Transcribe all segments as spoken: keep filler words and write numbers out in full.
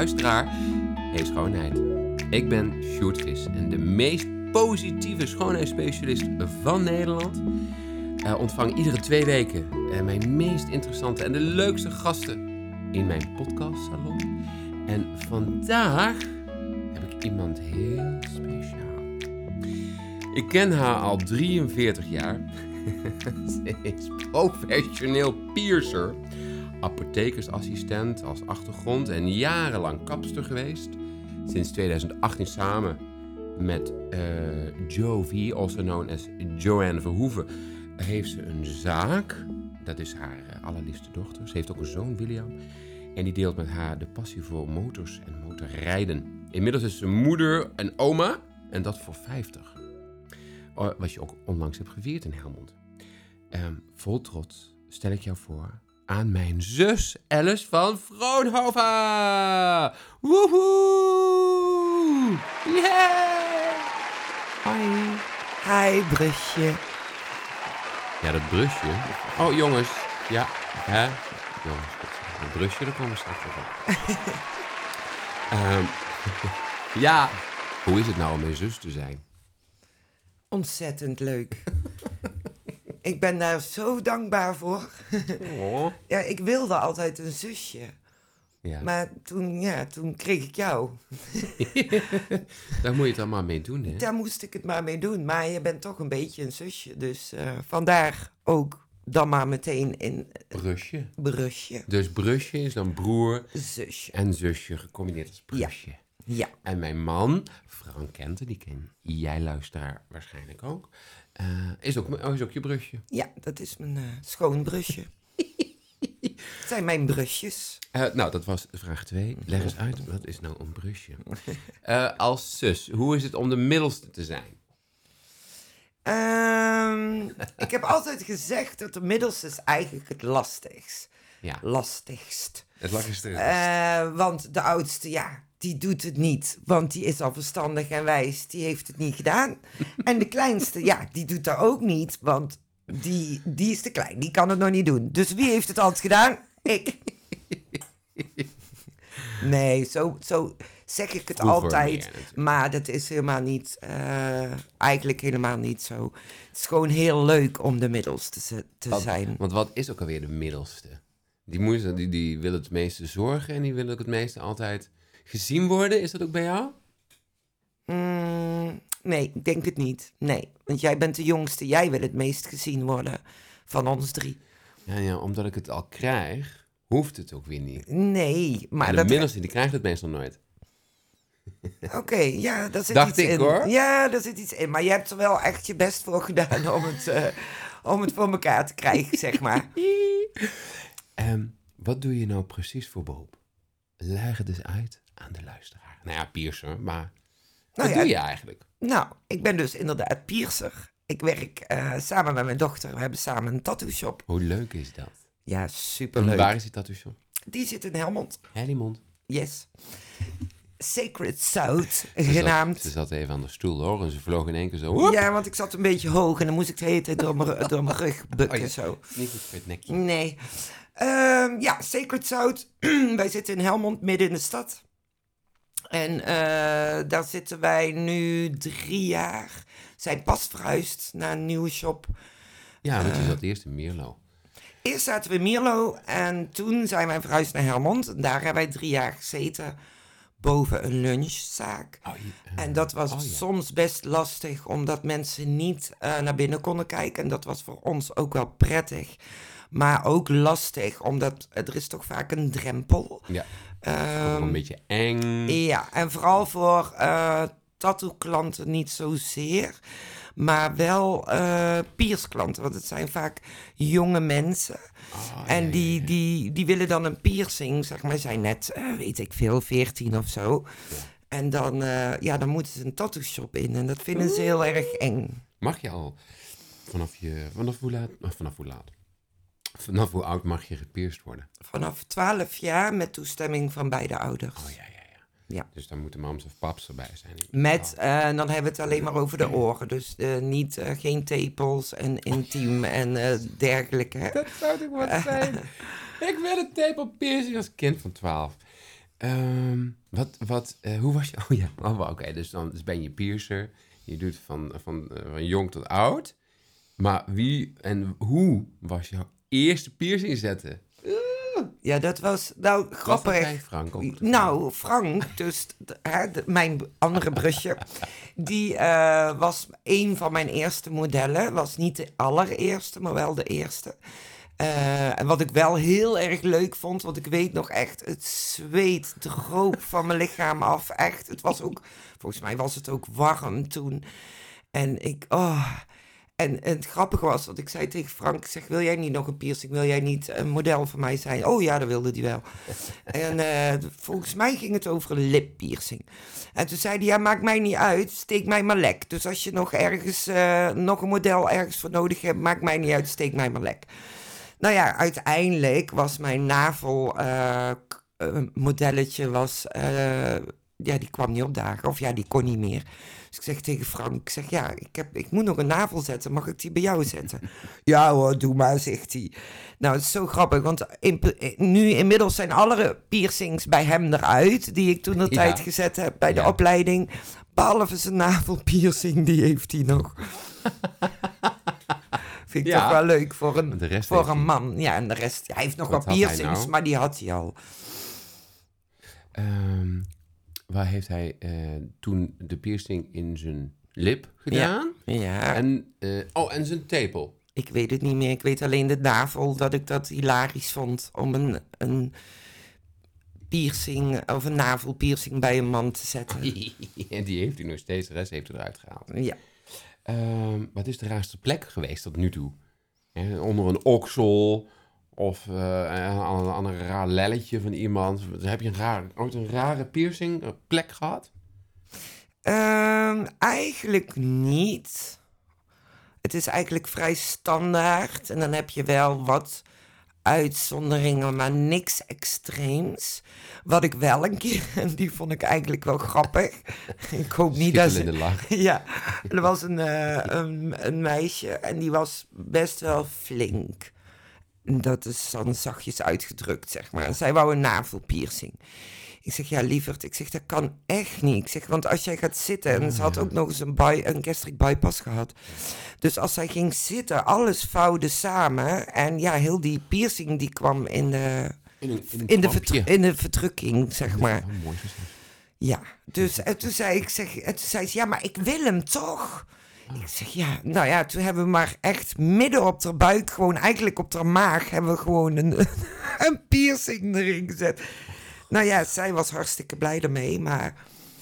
luisteraar. Hey schoonheid. Ik ben Sjoerd Gis en de meest positieve schoonheidsspecialist van Nederland. Uh, ontvang iedere twee weken uh, mijn meest interessante en de leukste gasten in mijn podcastsalon. En vandaag heb ik iemand heel speciaal. Ik ken haar al drieënveertig jaar. Ze is professioneel piercer, apothekersassistent als achtergrond en jarenlang kapster geweest. Sinds tweeduizend achttien samen met uh, Jo V, also known as Joanne Verhoeven, heeft ze een zaak. Dat is haar uh, allerliefste dochter. Ze heeft ook een zoon, William. En die deelt met haar de passie voor motors en motorrijden. Inmiddels is ze moeder en oma. En dat voor vijftig. Wat je ook onlangs hebt gevierd in Helmond. Um, vol trots stel ik jou voor aan mijn zus Alice van Vroonhoven. Woehoe! Yeah! Hoi. Hi, brusje. Ja, dat brusje. Oh, jongens. Ja, hè? Jongens, dat brusje, daar komen we straks nog op. um, ja, hoe is het nou om mijn zus te zijn? Ontzettend leuk. Ik ben daar zo dankbaar voor. Oh. Ja, ik wilde altijd een zusje. Ja. Maar toen, ja, toen kreeg ik jou. Daar moet je het dan maar mee doen, hè? Daar moest ik het maar mee doen. Maar je bent toch een beetje een zusje. Dus uh, vandaar ook dan maar meteen in... Brusje. Brusje. Dus brusje is dan broer zusje. En zusje gecombineerd als brusje. Ja. Ja. En mijn man, Frank Kenten, die ken jij luisteraar waarschijnlijk ook, uh, is, ook oh, is ook je brusje. Ja, dat is mijn uh, schoon brusje. Het zijn mijn brusjes. Uh, nou, dat was vraag twee. Leg eens uit, wat is nou een brusje? Uh, als zus, hoe is het om de middelste te zijn? Um, ik heb altijd gezegd dat de middelste is eigenlijk het lastigst. Ja. Lastigst. Het lastigste is. Uh, want de oudste, ja, die doet het niet. Want die is al verstandig en wijs. Die heeft het niet gedaan. En de kleinste, ja, die doet dat ook niet. Want die, die is te klein. Die kan het nog niet doen. Dus wie heeft het altijd gedaan? Ik. Nee, zo, zo zeg ik het Vroeger altijd. Meer, maar dat is helemaal niet, uh, eigenlijk helemaal niet zo. Het is gewoon heel leuk om de middelste te wat, zijn. Want wat is ook alweer de middelste? Die, moeder, die, die wil het meeste zorgen en die wil ook het meeste altijd gezien worden. Is dat ook bij jou? Mm, nee, ik denk het niet. Nee, want jij bent de jongste. Jij wil het meest gezien worden van ons drie. Ja, ja, omdat ik het al krijg, hoeft het ook weer niet. Nee, maar en de dat... middelste, die krijgt het meestal nooit. Oké, okay, ja, daar zit Dacht iets ik, in. Hoor. Ja, daar zit iets in. Maar je hebt er wel echt je best voor gedaan om het, uh, om het voor elkaar te krijgen, zeg maar. um, wat doe je nou precies voor beroep? Leg het dus uit aan de luisteraar. Nou ja, piercer, maar wat nou ja, doe je eigenlijk? Nou, ik ben dus inderdaad piercer. Ik werk uh, samen met mijn dochter. We hebben samen een tattoo shop. Hoe leuk is dat? Ja, superleuk. En waar is die tattoo shop? Die zit in Helmond. Helmond? Yes. Sacred South, genaamd. Ze zat even aan de stoel, hoor. En ze vloog in één keer zo. Woep. Ja, want ik zat een beetje hoog. En dan moest ik de hele tijd door mijn, door mijn rug bukken. Oh ja, zo. Niet goed voor het nekje. Nee. Uh, ja, Sacred South. Wij zitten in Helmond, midden in de stad. En uh, daar zitten wij nu drie jaar. Zijn pas verhuisd naar een nieuwe shop. Ja, want je uh, zat eerst in Mierlo. Eerst zaten we in Mierlo en toen zijn wij verhuisd naar Helmond. En daar hebben wij drie jaar gezeten, boven een lunchzaak. Oh, ja. En dat was oh, ja. soms best lastig, omdat mensen niet uh, naar binnen konden kijken. En dat was voor ons ook wel prettig. Maar ook lastig, omdat er is toch vaak een drempel. Ja, um, een beetje eng. Ja, en vooral voor uh, tattoo-klanten niet zozeer. Maar wel uh, piersklanten, want het zijn vaak jonge mensen. Oh, en ja, die, ja, ja. Die, die willen dan een piercing, zeg maar, zijn net, uh, weet ik veel, veertien of zo. Ja. En dan, uh, ja, dan moeten ze een tattoo shop in en dat vinden ze heel erg eng. Mag je al vanaf je, vanaf hoe laat, of vanaf hoe laat? Vanaf hoe oud mag je gepierst worden? Vanaf twaalf jaar met toestemming van beide ouders. Oh ja, ja, ja. Ja. Dus dan moeten mams of paps erbij zijn. Met, uh, dan hebben we het alleen maar over de oren. Dus uh, niet, uh, geen tepels en intiem en uh, dergelijke. Dat zou ik wat zijn. Ik wil een tepel piercing als kind van twaalf. Ehm, wat, wat, uh, hoe was je... Oh ja, oh, oké, okay, dus dan dus ben je piercer. Je doet van, van, uh, van jong tot oud. Maar wie en hoe was jouw eerste piercing zetten? Ja, dat was nou grappig. Was dat Frank? Ook nou, Frank, dus hè, de, mijn andere brusje, die uh, was een van mijn eerste modellen. Was niet de allereerste, maar wel de eerste. Uh, en wat ik wel heel erg leuk vond, want ik weet nog echt, het zweet droop van mijn lichaam af. Echt, het was ook, volgens mij was het ook warm toen. En ik, oh... En, en het grappige was, dat ik zei tegen Frank, ik zeg, wil jij niet nog een piercing? Wil jij niet een model van mij zijn? Oh ja, dat wilde hij wel. En uh, volgens mij ging het over een lippiercing. En toen zei hij, ja, maakt mij niet uit, steek mij maar lek. Dus als je nog ergens, uh, nog een model ergens voor nodig hebt, maakt mij niet uit, steek mij maar lek. Nou ja, uiteindelijk was mijn navel uh, modelletje, was, uh, ja, die kwam niet opdagen. Of ja, die kon niet meer. Dus ik zeg tegen Frank, ik zeg, ja, ik, heb, ik moet nog een navel zetten. Mag ik die bij jou zetten? Ja hoor, doe maar, zegt hij. Nou, het is zo grappig, want in, nu inmiddels zijn alle piercings bij hem eruit, die ik toen de ja. tijd gezet heb bij de ja. opleiding. Behalve zijn navelpiercing, die heeft hij nog. Vind ik ja. toch wel leuk voor een, voor een man. Ja, en de rest, hij heeft nog Wat wel piercings, nou? Maar die had hij al. Um... Waar heeft hij uh, toen de piercing in zijn lip gedaan? Ja. ja. En, uh, oh, en zijn tepel. Ik weet het niet meer. Ik weet alleen de navel, dat ik dat hilarisch vond om een, een piercing of een navelpiercing bij een man te zetten. En die heeft hij nog steeds, de rest heeft hij eruit gehaald. Ja. Uh, wat is de raarste plek geweest tot nu toe? Ja, onder een oksel... Of uh, aan, aan een raar lelletje van iemand. Heb je een raar, ooit een rare piercing, een plek gehad? Um, eigenlijk niet. Het is eigenlijk vrij standaard. En dan heb je wel wat uitzonderingen, maar niks extreems. Wat ik wel een keer, en die vond ik eigenlijk wel grappig. Ik hoop niet dat ze... in de lach. Ja, er was een, uh, een, een meisje en die was best wel flink. Dat is dan zachtjes uitgedrukt, zeg maar. Zij wou een navelpiercing. Ik zeg, ja, lieverd, ik zeg, dat kan echt niet. Ik zeg, want als jij gaat zitten... En ze had ook nog eens een, by, een gastric bypass gehad. Dus als zij ging zitten, alles vouwde samen. En ja, heel die piercing, die kwam in de... In, een, in, een in, de, vertru- in de verdrukking, zeg maar. Oh, mooi. Ja, dus en toen zei ik, zeg, en toen zei ze, ja, maar ik wil hem toch... Ik zeg, ja, nou ja, toen hebben we maar echt midden op haar buik, gewoon eigenlijk op haar maag, hebben we gewoon een, een piercing erin gezet. Nou ja, zij was hartstikke blij ermee, maar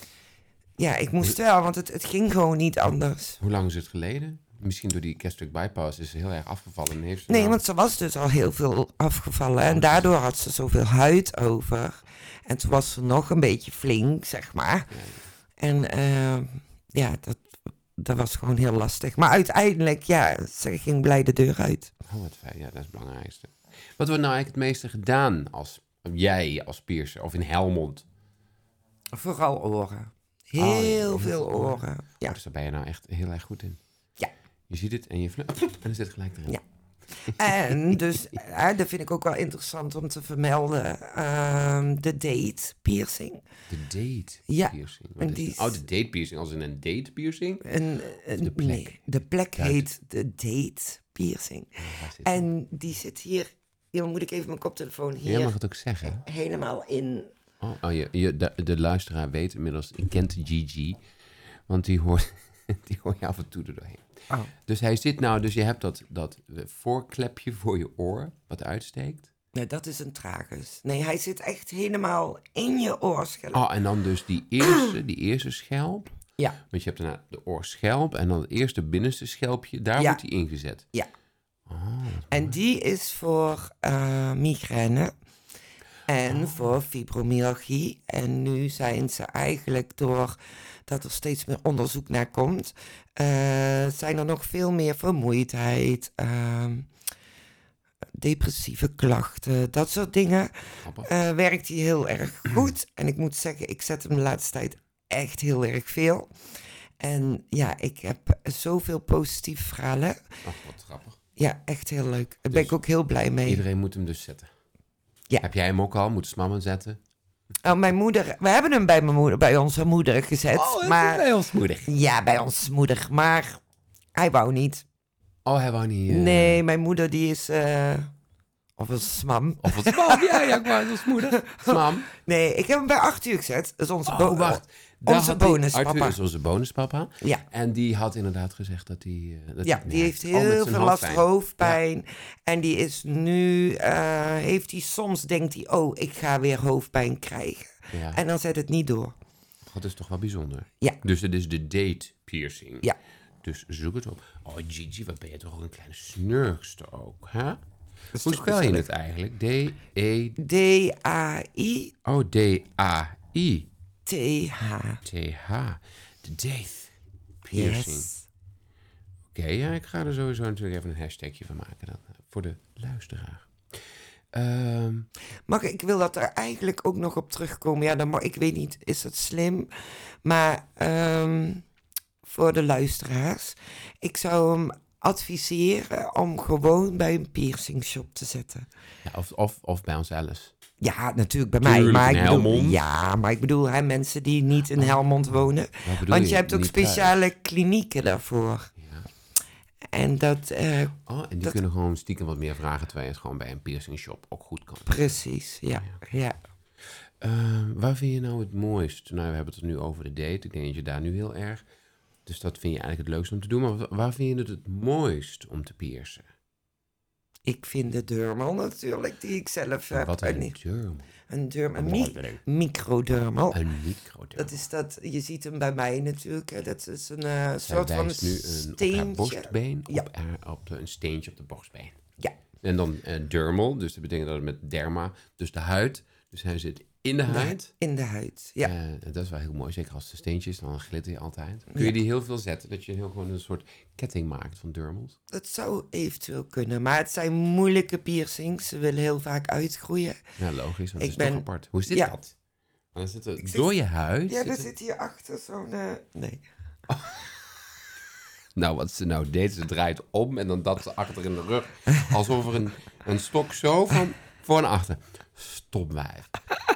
ja, ik moest wel, want het, het ging gewoon niet anders. Hoe lang is het geleden? Misschien door die gastric bypass is ze heel erg afgevallen. En heeft ze nee, nou... want ze was dus al heel veel afgevallen en daardoor had ze zoveel huid over. En toen was ze nog een beetje flink, zeg maar. Ja, ja. En uh, ja, dat... Dat was gewoon heel lastig. Maar uiteindelijk, ja, ze ging blij de deur uit. Oh, wat fijn. Ja, dat is het belangrijkste. Wat wordt nou eigenlijk het meeste gedaan als jij, als piercer, of in Helmond? Vooral oren. Heel oh, veel oren. oren. Ja. Oh, dus daar ben je nou echt heel erg goed in. Ja. Je ziet het en je vl- en dan zit het gelijk erin. Ja. En dus, hè, dat vind ik ook wel interessant om te vermelden, uh, de date piercing. De date ja, piercing? En die is... Oh, de date piercing, als in een date piercing? Een, een, de plek? Nee, de plek Duit. heet de date piercing. Oh, en die zit hier, ja, moet ik even mijn koptelefoon hier. Jij mag het ook zeggen. Helemaal in. Oh, oh je, je, de, de luisteraar weet inmiddels, ik kent Gigi, want die hoort, die hoor je af en toe er doorheen. Oh. Dus hij zit nou, dus je hebt dat, dat voorklepje voor je oor, wat uitsteekt. Nee, dat is een tragus. Nee, hij zit echt helemaal in je oorschelp. Oh, en dan dus die eerste, die eerste schelp. Ja. Want je hebt daarna de oorschelp en dan het eerste binnenste schelpje, daar ja. wordt die ingezet. Ja. Oh, en die is voor uh, migraine en oh. voor fibromyalgie. En nu zijn ze eigenlijk door... dat er steeds meer onderzoek naar komt, uh, zijn er nog veel meer vermoeidheid, uh, depressieve klachten, dat soort dingen. Uh, werkt hij heel erg goed. En ik moet zeggen, ik zet hem de laatste tijd echt heel erg veel. En ja, ik heb zoveel positieve verhalen. Ach, wat grappig. Ja, echt heel leuk. Daar dus ben ik ook heel blij mee. Iedereen moet hem dus zetten. Ja. Heb jij hem ook al? Moet Smam zetten? Oh, mijn moeder... We hebben hem bij, mijn moeder, bij onze moeder gezet. Oh, maar, bij ons moeder. Ja, bij onze moeder. Maar hij wou niet. Oh, hij wou niet... Uh... Nee, mijn moeder die is... Uh... Of een smam. Of een smam, ja, ja, ik wou als moeder. Smam. Nee, ik heb hem bij Arthur gezet. Dat is onze, oh, bo- wacht. onze bonuspapa. Arthur is onze bonuspapa. Ja. En die had inderdaad gezegd dat hij... Uh, dat ja, hij, die ja, heeft heel veel last van hoofdpijn. Ja. En die is nu... Uh, heeft hij soms, denkt hij... Oh, ik ga weer hoofdpijn krijgen. Ja. En dan zet het niet door. Dat is toch wel bijzonder. Ja. Dus het is de date piercing. Ja. Dus zoek het op. Oh, Gigi, wat ben je toch een kleine snurkster ook, hè? Hoe spel je het eigenlijk? D-E... D A I Oh, D A I T H T H. De date piercing. Yes. Oké, okay, ja, ik ga er sowieso natuurlijk even een hashtagje van maken dan. Voor de luisteraar. Um, Mag ik, ik wil dat er eigenlijk ook nog op terugkomen. Ja, dan mag, ik weet niet, is dat slim? Maar um, voor de luisteraars. Ik zou hem adviseren om gewoon bij een piercing shop te zetten. Ja, of, of, of bij ons Alice. Ja, natuurlijk bij Tuurlijk, mij. Maar in ik bedoel, Helmond. Ja, maar ik bedoel hè, mensen die niet in Helmond wonen. Want je, je hebt ook speciale thuis. klinieken daarvoor. Ja. En dat... Uh, oh, en die dat... kunnen gewoon stiekem wat meer vragen... terwijl je het gewoon bij een piercing shop ook goed kan. Precies, ja. ja. ja. Uh, waar vind je nou het mooist? Nou, we hebben het er nu over de date. Ik denk dat je daar nu heel erg... Dus dat vind je eigenlijk het leukste om te doen. Maar waar vind je het het mooist om te piercen? Ik vind de dermal natuurlijk, die ik zelf heb. Wat een dermal? Een dermal, een mi- microdermal. Een microdermal. Dat is dat, je ziet hem bij mij natuurlijk. Hè. Dat is een uh, soort van een nu een steentje. Op haar borstbeen, ja. op, haar, op de, een steentje op de borstbeen. Ja. En dan uh, dermal, dus dat betekent dat het met derma, dus de huid. Dus hij zit in de huid. In de huid, ja. Uh, dat is wel heel mooi, zeker als het steentjes, dan glitter je altijd. Kun je ja. die heel veel zetten, dat je heel gewoon een soort ketting maakt van dermals? Dat zou eventueel kunnen, maar het zijn moeilijke piercings. Ze willen heel vaak uitgroeien. Ja, logisch, want het ik is ben... toch apart. Hoe is dit ja. dat? Dan zit er zit... door je huid... Ja, er zit, zit hierachter zo'n... Uh... Nee. Oh. Nou, wat ze nou deed, ze draait om en dan dat ze achter in de rug. Alsof er een, een stok zo van voor en achter. Stop wijf.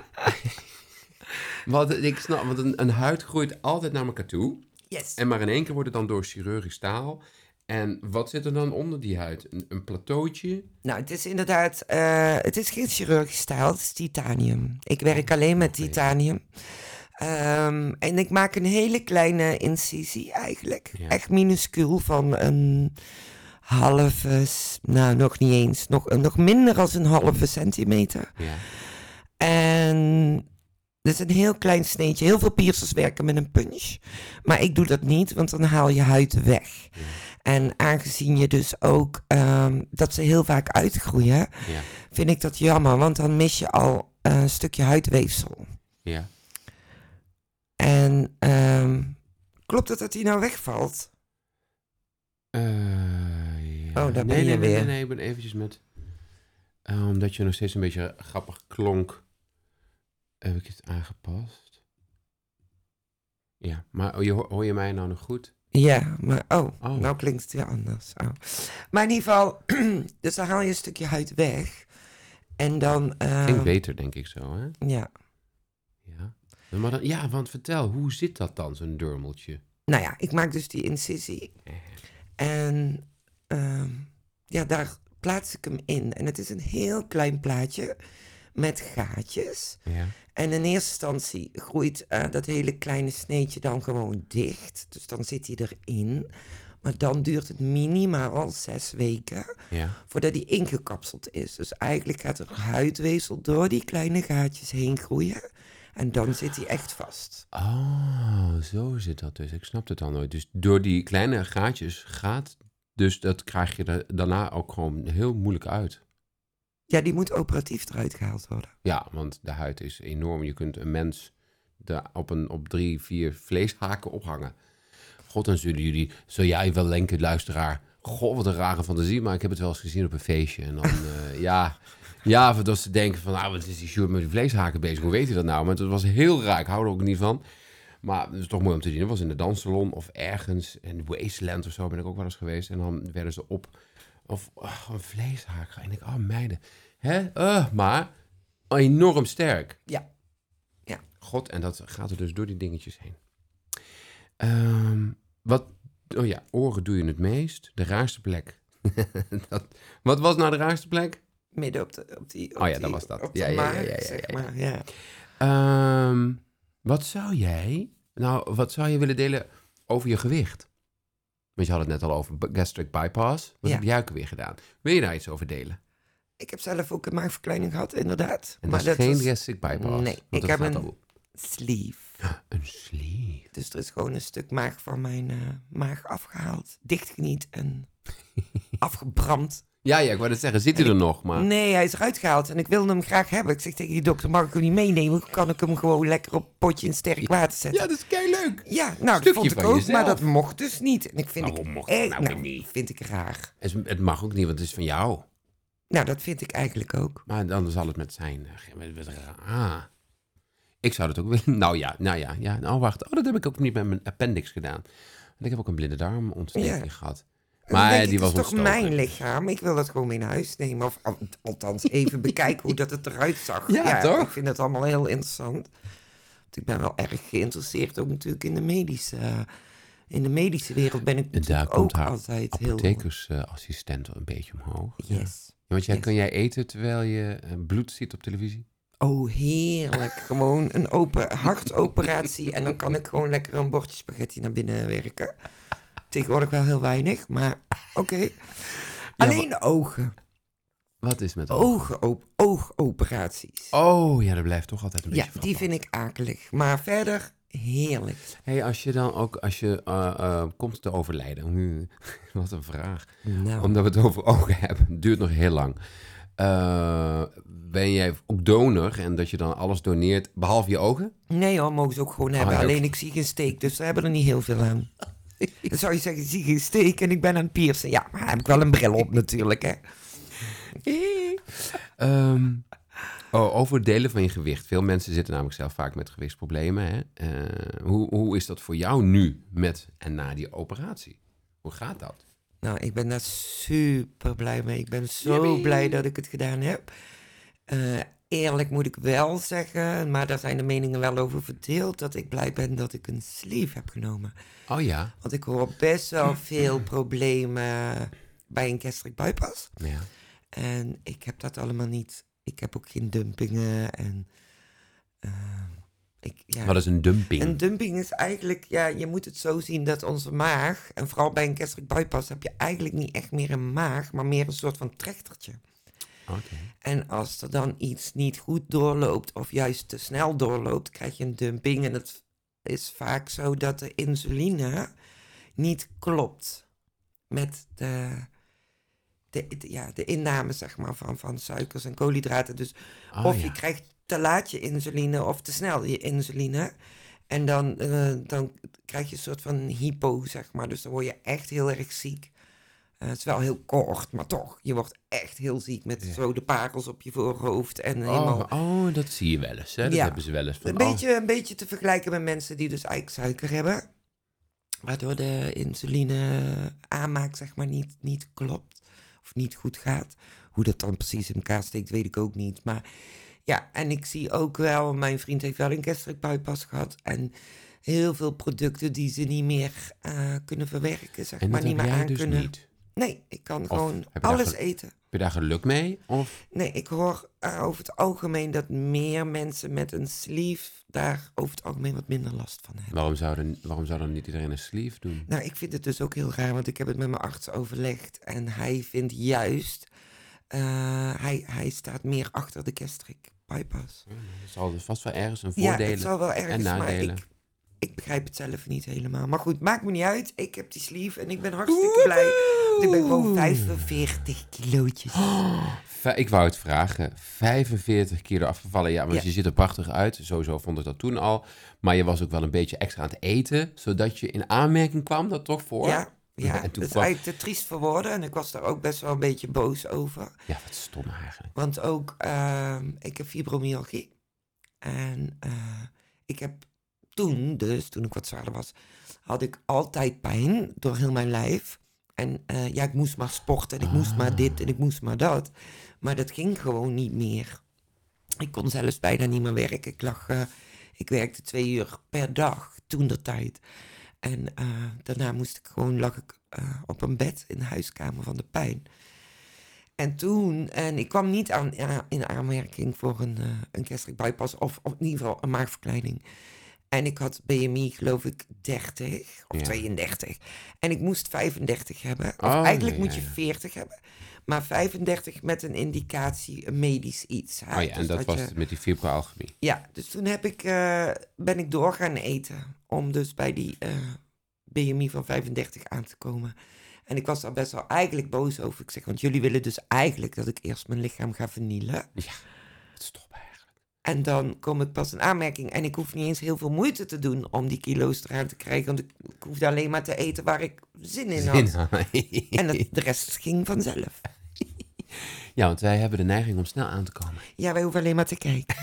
Want ik snap, want een, een huid groeit altijd naar elkaar toe. Yes. En maar in één keer wordt het dan door chirurgisch staal. En wat zit er dan onder die huid? Een, een plateautje? Nou, het is inderdaad... Uh, het is geen chirurgisch staal, het is titanium. Ik werk alleen met titanium. Um, en ik maak een hele kleine incisie eigenlijk. Ja. Echt minuscuul van een halve... Nou, nog niet eens. Nog, nog minder dan een halve centimeter. Ja. En... Dat is een heel klein sneetje. Heel veel piercers werken met een punch. Maar ik doe dat niet, want dan haal je huid weg. Ja. En aangezien je dus ook um, dat ze heel vaak uitgroeien, ja. vind ik dat jammer. Want dan mis je al uh, een stukje huidweefsel. Ja. En um, klopt het dat die nou wegvalt? Uh, ja. Oh, daar ben nee, je nee, weer. Nee, nee, ik ben eventjes met... Uh, omdat je nog steeds een beetje grappig klonk... Heb ik het aangepast? Ja, maar oh, je, hoor je mij nou nog goed? Ja, maar oh, oh. nou klinkt het weer anders. Oh. Maar in ieder geval, dus dan haal je een stukje huid weg. En dan... Uh, Klinkt beter, denk ik zo, hè? Ja. Ja, maar dan, ja, want vertel, hoe zit dat dan, zo'n dermaltje? Nou ja, ik maak dus die incisie. En uh, ja, daar plaats ik hem in. En het is een heel klein plaatje met gaatjes. Ja. En in eerste instantie groeit uh, dat hele kleine sneetje dan gewoon dicht. Dus dan zit hij erin. Maar dan duurt het minimaal zes weken ja. voordat hij ingekapseld is. Dus eigenlijk gaat er huidweefsel door die kleine gaatjes heen groeien. En dan zit hij echt vast. Oh, zo zit dat dus. Ik snap het dan nooit. Dus door die kleine gaatjes gaat... Dus dat krijg je er daarna ook gewoon heel moeilijk uit. Ja, die moet operatief eruit gehaald worden. Ja, want de huid is enorm. Je kunt een mens daar op, een, op drie, vier vleeshaken ophangen. God, dan zullen jullie... Zul jij wel denken, luisteraar... God, wat een rare fantasie, maar ik heb het wel eens gezien op een feestje. En dan, uh, ja... Ja, dat ze denken van... Nou, wat is die Sjoerd met die vleeshaken bezig? Hoe weet hij dat nou? Maar het was heel raar. Ik hou er ook niet van. Maar het is toch mooi om te zien. Het was in de danssalon of ergens. In Wasteland of zo ben ik ook wel eens geweest. En dan werden ze op... Of oh, een vleeshaak. En ik, oh meiden. Hè? Uh, maar enorm sterk. Ja. God, en dat gaat er dus door die dingetjes heen. Um, wat, oh ja, oren doe je het meest. De raarste plek. dat, wat was nou de raarste plek? Midden op, de, op die... Op oh ja, die, dat was dat. Op de ja, ja, maag, ja, ja, ja, zeg ja, ja. maar. Ja. Um, wat zou jij... Nou, wat zou je willen delen over je gewicht? Want je had het net al over gastric bypass. Wat Ja. heb jij ook weer gedaan? Wil je daar iets over delen? Ik heb zelf ook een maagverkleining gehad, inderdaad. En maar dat is geen was... gastric bypass? Nee, want ik dat heb gaat een al... sleeve. Een sleeve? Dus er is gewoon een stuk maag van mijn uh, maag afgehaald. Dichtgeniet en afgebrand. Ja, ja, ik wou dat zeggen. Zit hij er nog? Maar... Nee, hij is eruit gehaald en ik wilde hem graag hebben. Ik zeg tegen die dokter, mag ik hem niet meenemen? Kan ik hem gewoon lekker op een potje in sterk water zetten? Ja, dat is kei leuk. Ja, nou, Stukje dat vond ik van ook, jezelf. maar dat mocht dus niet. En ik vind Waarom ik, mocht het eh, nou nou, niet? vind ik raar. Het, het mag ook niet, want het is van jou. Nou, dat vind ik eigenlijk ook. Maar dan zal het met zijn... Met, met, ah. Ik zou dat ook willen. Nou ja, nou ja, ja. Nou wacht. Oh, dat heb ik ook niet met mijn appendix gedaan. Want ik heb ook een blinde darmontsteking Ja. gehad. En dan Maar denk ik, die was het is toch ontstoken. mijn lichaam? Ik wil dat gewoon mee naar huis nemen. Of al- althans even bekijken hoe dat het eruit zag. Ja, toch? Ik vind het allemaal heel interessant. Want ik ben wel erg geïnteresseerd ook natuurlijk in de medische... in de medische wereld ben ik En daar natuurlijk komt ook haar altijd heel... apothekersassistent een beetje omhoog. Ja. Yes. Ja, want jij, Yes. kan jij eten terwijl je eh, bloed ziet op televisie? Oh, heerlijk. Gewoon een open hartoperatie. En dan kan ik gewoon lekker een bordje spaghetti naar binnen werken. Tegenwoordig wel heel weinig, maar oké. Okay. Alleen de ogen. Wat is met ogen? Ogen op, oogoperaties. Oh, ja, dat blijft toch altijd een Ja, beetje die vind ik akelig. Maar verder heerlijk. Hey, als je dan ook, als je uh, uh, komt te overlijden. Hmm, wat een vraag. Nou. Omdat we het over ogen hebben. Het duurt nog heel lang. Uh, ben jij ook donor en dat je dan alles doneert, behalve je ogen? Nee hoor, mogen ze ook gewoon hebben. ja, Alleen ook. ik zie geen steek, dus daar hebben er niet heel veel aan. Dan zou je zeggen, ik zie geen steek en ik ben aan het piercen. Ja, maar heb ik wel een bril op natuurlijk, hè. um, oh, over het delen van je gewicht. Veel mensen zitten namelijk zelf vaak met gewichtsproblemen. Hè? Uh, hoe, hoe is dat voor jou nu met en na die operatie? Hoe gaat dat? Nou, ik ben daar super blij mee. Ik ben zo Yippie. blij dat ik het gedaan heb. Uh, eerlijk moet ik wel zeggen, maar daar zijn de meningen wel over verdeeld, dat ik blij ben dat ik een sleeve heb genomen. Oh ja? Want ik hoor best wel veel problemen bij een gastric bypass. Ja. En ik heb dat allemaal niet. Ik heb ook geen dumpingen en... Uh, ik, ja. Wat is een dumping? Een dumping is eigenlijk, ja, je moet het zo zien dat onze maag, en vooral bij een gastric bypass heb je eigenlijk niet echt meer een maag, maar meer een soort van trechtertje. Okay. En als er dan iets niet goed doorloopt of juist te snel doorloopt, krijg je een dumping. En het is vaak zo dat de insuline niet klopt met de, de, de, ja, de inname, zeg maar, van, van suikers en koolhydraten. Dus Oh, of ja. je krijgt te laat je insuline of te snel je insuline. En dan, uh, dan krijg je een soort van hypo, zeg maar. Dus dan word je echt heel erg ziek. Uh, het is wel heel kort, maar toch. Je wordt echt heel ziek met Ja. zo de parels op je voorhoofd. En Oh, helemaal... oh, dat zie je wel eens. Hè? Dat Ja. hebben ze wel eens. Van, Een beetje, een beetje te vergelijken met mensen die dus eiksuiker hebben. Waardoor de insuline aanmaak, zeg maar, niet, niet klopt. Of niet goed gaat. Hoe dat dan precies in elkaar steekt, weet ik ook niet. Maar ja, en ik zie ook wel... Mijn vriend heeft wel een gastric bypass gehad. En heel veel producten die ze niet meer uh, kunnen verwerken, zeg en maar, dat niet heb meer jij aan dus kunnen. niet. Nee, ik kan Of gewoon heb je daar alles ge- eten. Heb je daar geluk mee? Of? Nee, ik hoor uh, over het algemeen dat meer mensen met een sleeve daar over het algemeen wat minder last van hebben. Waarom zou, er, waarom zou dan niet iedereen een sleeve doen? Nou, ik vind het dus ook heel raar, want ik heb het met mijn arts overlegd. En hij vindt juist, uh, hij, hij staat meer achter de gastric bypass. Ja, er zal vast wel ergens een Ja, voordelen het zal wel en ergens, maar nadelen. ik, ik begrijp het zelf niet helemaal. Maar goed, maakt me niet uit. Ik heb die sleeve en ik ben hartstikke blij. Want ik ben gewoon vijfenveertig kilootjes. Oh, Ve- ik wou het vragen. vijfenveertig kilo afgevallen. Ja, want Ja. je ziet er prachtig uit. Sowieso vond ik dat toen al. Maar je was ook wel een beetje extra aan het eten. Zodat je in aanmerking kwam, dat toch voor? Ja, ja. En dat toen is kwam- eigenlijk te triest voor woorden. En ik was daar ook best wel een beetje boos over. Ja, wat stom eigenlijk. Want ook, uh, ik heb fibromyalgie. En uh, ik heb toen, dus toen ik wat zwaarder was, had ik altijd pijn door heel mijn lijf. En uh, ja, ik moest maar sporten en ik Ah. moest maar dit en ik moest maar dat. Maar dat ging gewoon niet meer. Ik kon zelfs bijna niet meer werken. Ik lag uh, Ik werkte twee uur per dag, toen de tijd. En uh, daarna moest ik gewoon, lag ik uh, op een bed in de huiskamer van de pijn. En toen, en ik kwam niet aan, uh, in aanmerking voor een, uh, een gastric bypass, of, of in ieder geval een maagverkleining. En ik had B M I, geloof ik, dertig of ja. tweeëndertig. En ik moest vijfendertig hebben. Of oh, eigenlijk nee, moet je ja, ja. veertig hebben. Maar vijfendertig met een indicatie, een medisch iets. Hè? Oh ja, en dus dat, dat was je... het met die fibroalgemie. Ja, dus toen heb ik, uh, ben ik door gaan eten. Om dus bij die uh, B M I van vijfendertig aan te komen. En ik was daar best wel eigenlijk boos over. Ik zeg, want jullie willen dus eigenlijk dat ik eerst mijn lichaam ga vernielen. Ja, dat is toch eigenlijk. En dan kom ik pas in aanmerking. En ik hoef niet eens heel veel moeite te doen om die kilo's eraan te krijgen. Want ik, ik hoefde alleen maar te eten waar ik zin in had. Zin en het, de rest ging vanzelf. Ja, want wij hebben de neiging om snel aan te komen. Ja, wij hoeven alleen maar te kijken.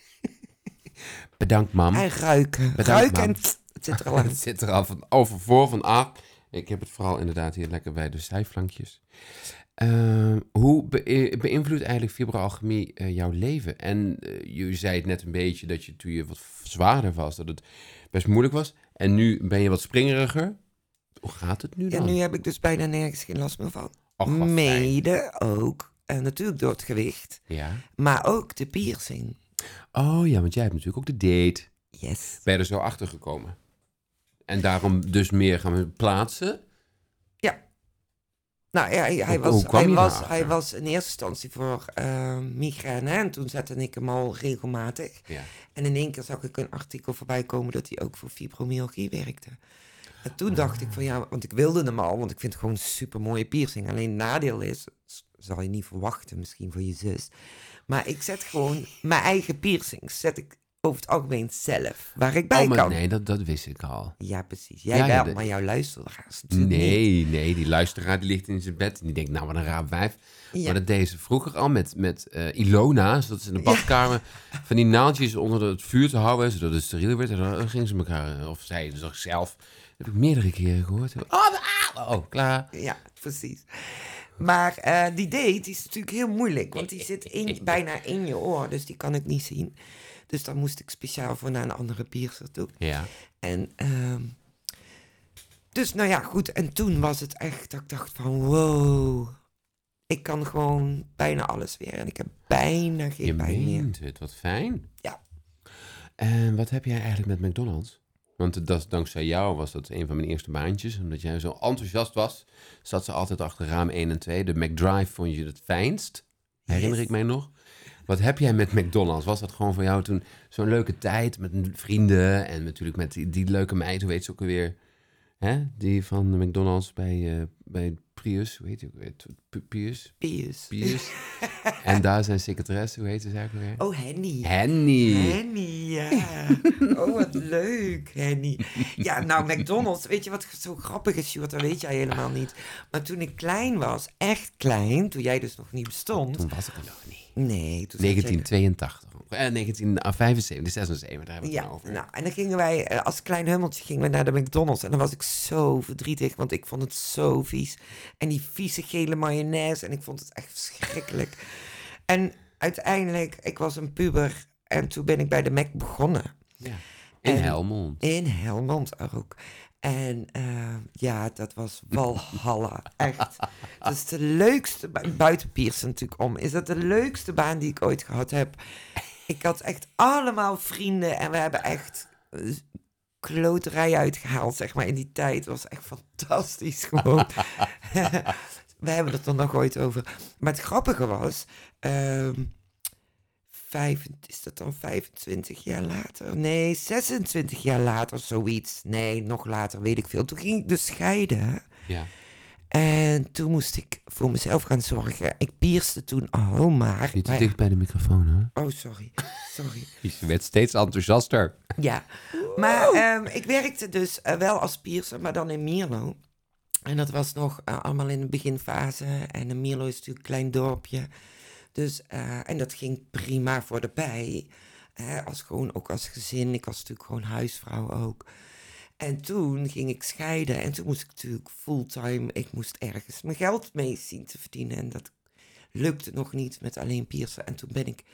Bedankt, mam. En ruiken. Bedankt, ruiken mam. en pff, het zit er al aan. Het zit er al van over voor, van af. Ik heb het vooral inderdaad hier lekker bij de zijflankjes. Uh, hoe be- beïnvloedt eigenlijk fibroalgemie uh, jouw leven? En uh, je zei het net een beetje dat je toen je wat zwaarder was, dat het best moeilijk was. En nu ben je wat springeriger. Hoe gaat het nu dan? En nu heb ik dus bijna nergens geen last meer van. Och, wat Mede fijn. Ook, en natuurlijk door het gewicht, ja. Maar ook de piercing. Oh ja, want jij hebt natuurlijk ook de date. Yes. Ben je er zo achter gekomen? En daarom dus meer gaan we plaatsen? Ja. Nou ja, hij, hij, hoe, was, hoe kwam hij, je was, hij was in eerste instantie voor uh, migraine. En toen zette ik hem al regelmatig. Ja. En in één keer zag ik een artikel voorbij komen dat hij ook voor fibromyalgie werkte. En toen ah. dacht ik van ja, want ik wilde hem al, want ik vind het gewoon een super mooie piercing. Alleen het nadeel is, zal je niet verwachten misschien voor je zus. Maar ik zet gewoon mijn eigen piercings, zet ik over het algemeen zelf, waar ik bij oh, maar kan. Nee, dat, dat wist ik al. Ja, precies. Jij ja, wel, ja, de... maar jouw luisteraars natuurlijk nee, niet. Nee, die luisteraar die ligt in zijn bed en die denkt, nou wat een raar wijf. Ja. Maar dat deed ze vroeger al met, met uh, Ilona, zodat ze in de badkamer ja. van die naaldjes onder het vuur te houden, zodat het steriel werd. En dan gingen ze elkaar, of zij zichzelf, dat heb ik meerdere keren gehoord. Oh, oh klaar. Ja, precies. Maar uh, die date is natuurlijk heel moeilijk, want die zit in, bijna in je oor, dus die kan ik niet zien. Dus dan moest ik speciaal voor naar een andere piercer toe. Ja. En uh, dus nou ja, goed. En toen was het echt dat ik dacht van wow, ik kan gewoon bijna alles weer. En ik heb bijna geen je pijn meer. Je meent het, wat fijn. Ja. En wat heb jij eigenlijk met McDonald's? Want dat, dankzij jou was dat een van mijn eerste baantjes. Omdat jij zo enthousiast was, zat ze altijd achter raam één en twee. De McDrive vond je het fijnst, herinner yes. ik mij nog. Wat heb jij met McDonald's? Was dat gewoon voor jou toen zo'n leuke tijd met vrienden en natuurlijk met die, die leuke meid, hoe heet ze ook alweer? Hè? Die van de McDonald's bij, uh, bij Prius, hoe heet die ook weer? Pius? Pius. Pius. En daar zijn secretaresse, hoe heet ze eigenlijk weer? Oh, Henny. Henny. Henny, ja. Oh, wat leuk, Henny. Ja, nou, McDonald's, weet je wat zo grappig is, Sjoerd? Dat weet jij helemaal niet. Maar toen ik klein was, echt klein, toen jij dus nog niet bestond. Toen was ik er nog niet. Nee. Toen negentien tweeëntachtig. Eh, negentien vijfenzeventig, zesenzeventig, daar hebben we ja, het over. Nou, en dan gingen wij, als klein hummeltje, gingen we naar de McDonald's. En dan was ik zo verdrietig, want ik vond het zo vies. En die vieze gele mayonaise, en ik vond het echt verschrikkelijk. En uiteindelijk, ik was een puber, en toen ben ik bij de Mac begonnen. Ja. In en, Helmond. In Helmond ook. En uh, ja, dat was walhalla, echt. Dat is de leukste, buiten Pierce natuurlijk om, is dat de leukste baan die ik ooit gehad heb. Ik had echt allemaal vrienden en we hebben echt uh, kloterij uitgehaald, zeg maar, in die tijd. Het was echt fantastisch gewoon. We hebben het er nog ooit over. Maar het grappige was, uh, vijf, is dat dan vijfentwintig jaar later? Nee, zesentwintig jaar later, zoiets. Nee, nog later, weet ik veel. Toen ging ik dus scheiden. Ja. En toen moest ik voor mezelf gaan zorgen. Ik pierste toen al, maar... Niet te maar, dicht bij de microfoon, hè? Oh, sorry. Sorry. Je werd steeds enthousiaster. Ja, maar um, ik werkte dus uh, wel als piercer, maar dan in Mierlo. En dat was nog uh, allemaal in de beginfase. En in Mierlo is natuurlijk een klein dorpje. Dus, uh, en dat ging prima voor de bij. Uh, als gewoon ook als gezin. Ik was natuurlijk gewoon huisvrouw ook. En toen ging ik scheiden. En toen moest ik natuurlijk fulltime. Ik moest ergens mijn geld mee zien te verdienen. En dat lukte nog niet met alleen piercen. En toen ben ik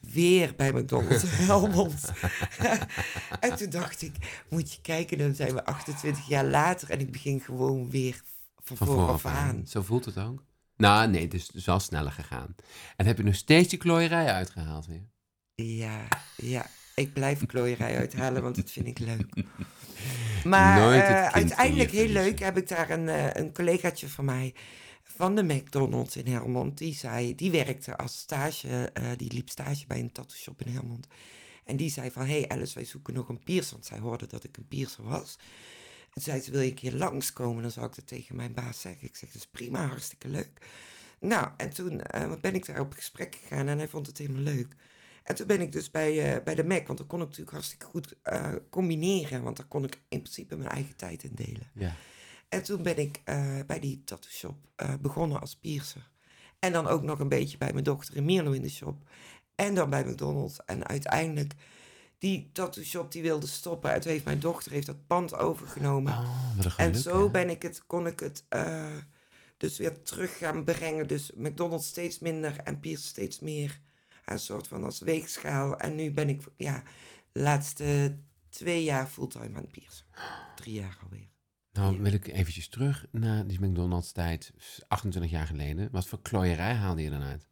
weer bij McDonald's in Helmond. En toen dacht ik, moet je kijken, dan zijn we achtentwintig jaar later en ik begin gewoon weer van, Van vooraf vooraf aan. aan. Zo voelt het ook. Nou, nee, het is dus wel sneller gegaan. En heb je nog steeds die klooierij uitgehaald weer? Ja, ja. Ik blijf klooierij uithalen, want dat vind ik leuk. Maar Nooit het uh, kind uiteindelijk van je heel leuk verliezen. heb ik daar een, uh, een collegaatje van mij van de McDonald's in Helmond. Die zei, die werkte als stage, uh, die liep stage bij een tattoo shop in Helmond. En die zei van, hey Alice, wij zoeken nog een piercer. Want zij hoorde dat ik een piercer was. En zei ze, wil je een keer langskomen? Dan zou ik dat tegen mijn baas zeggen. Ik zeg, dat is prima, hartstikke leuk. Nou, en toen uh, ben ik daar op gesprek gegaan en hij vond het helemaal leuk. En toen ben ik dus bij, uh, bij de Mac, want dan kon ik natuurlijk hartstikke goed uh, combineren. Want daar kon ik in principe mijn eigen tijd in delen. Ja. En toen ben ik uh, bij die tattoo shop uh, begonnen als piercer. En dan ook nog een beetje bij mijn dochter in Mierlo in de shop. En dan bij McDonald's. En uiteindelijk, die tattoo shop die wilde stoppen. En toen heeft mijn dochter heeft dat pand overgenomen. Oh, wat een geluk, en zo hè? ben ik het, kon ik het uh, dus weer terug gaan brengen. Dus McDonald's steeds minder en piercer steeds meer. Een soort van als weegschaal. En nu ben ik, ja, de laatste twee jaar fulltime aan het piercen. Drie jaar alweer. Nou, wil ik eventjes terug naar die McDonald's tijd, achtentwintig jaar geleden. Wat voor klooierij haalde je dan uit?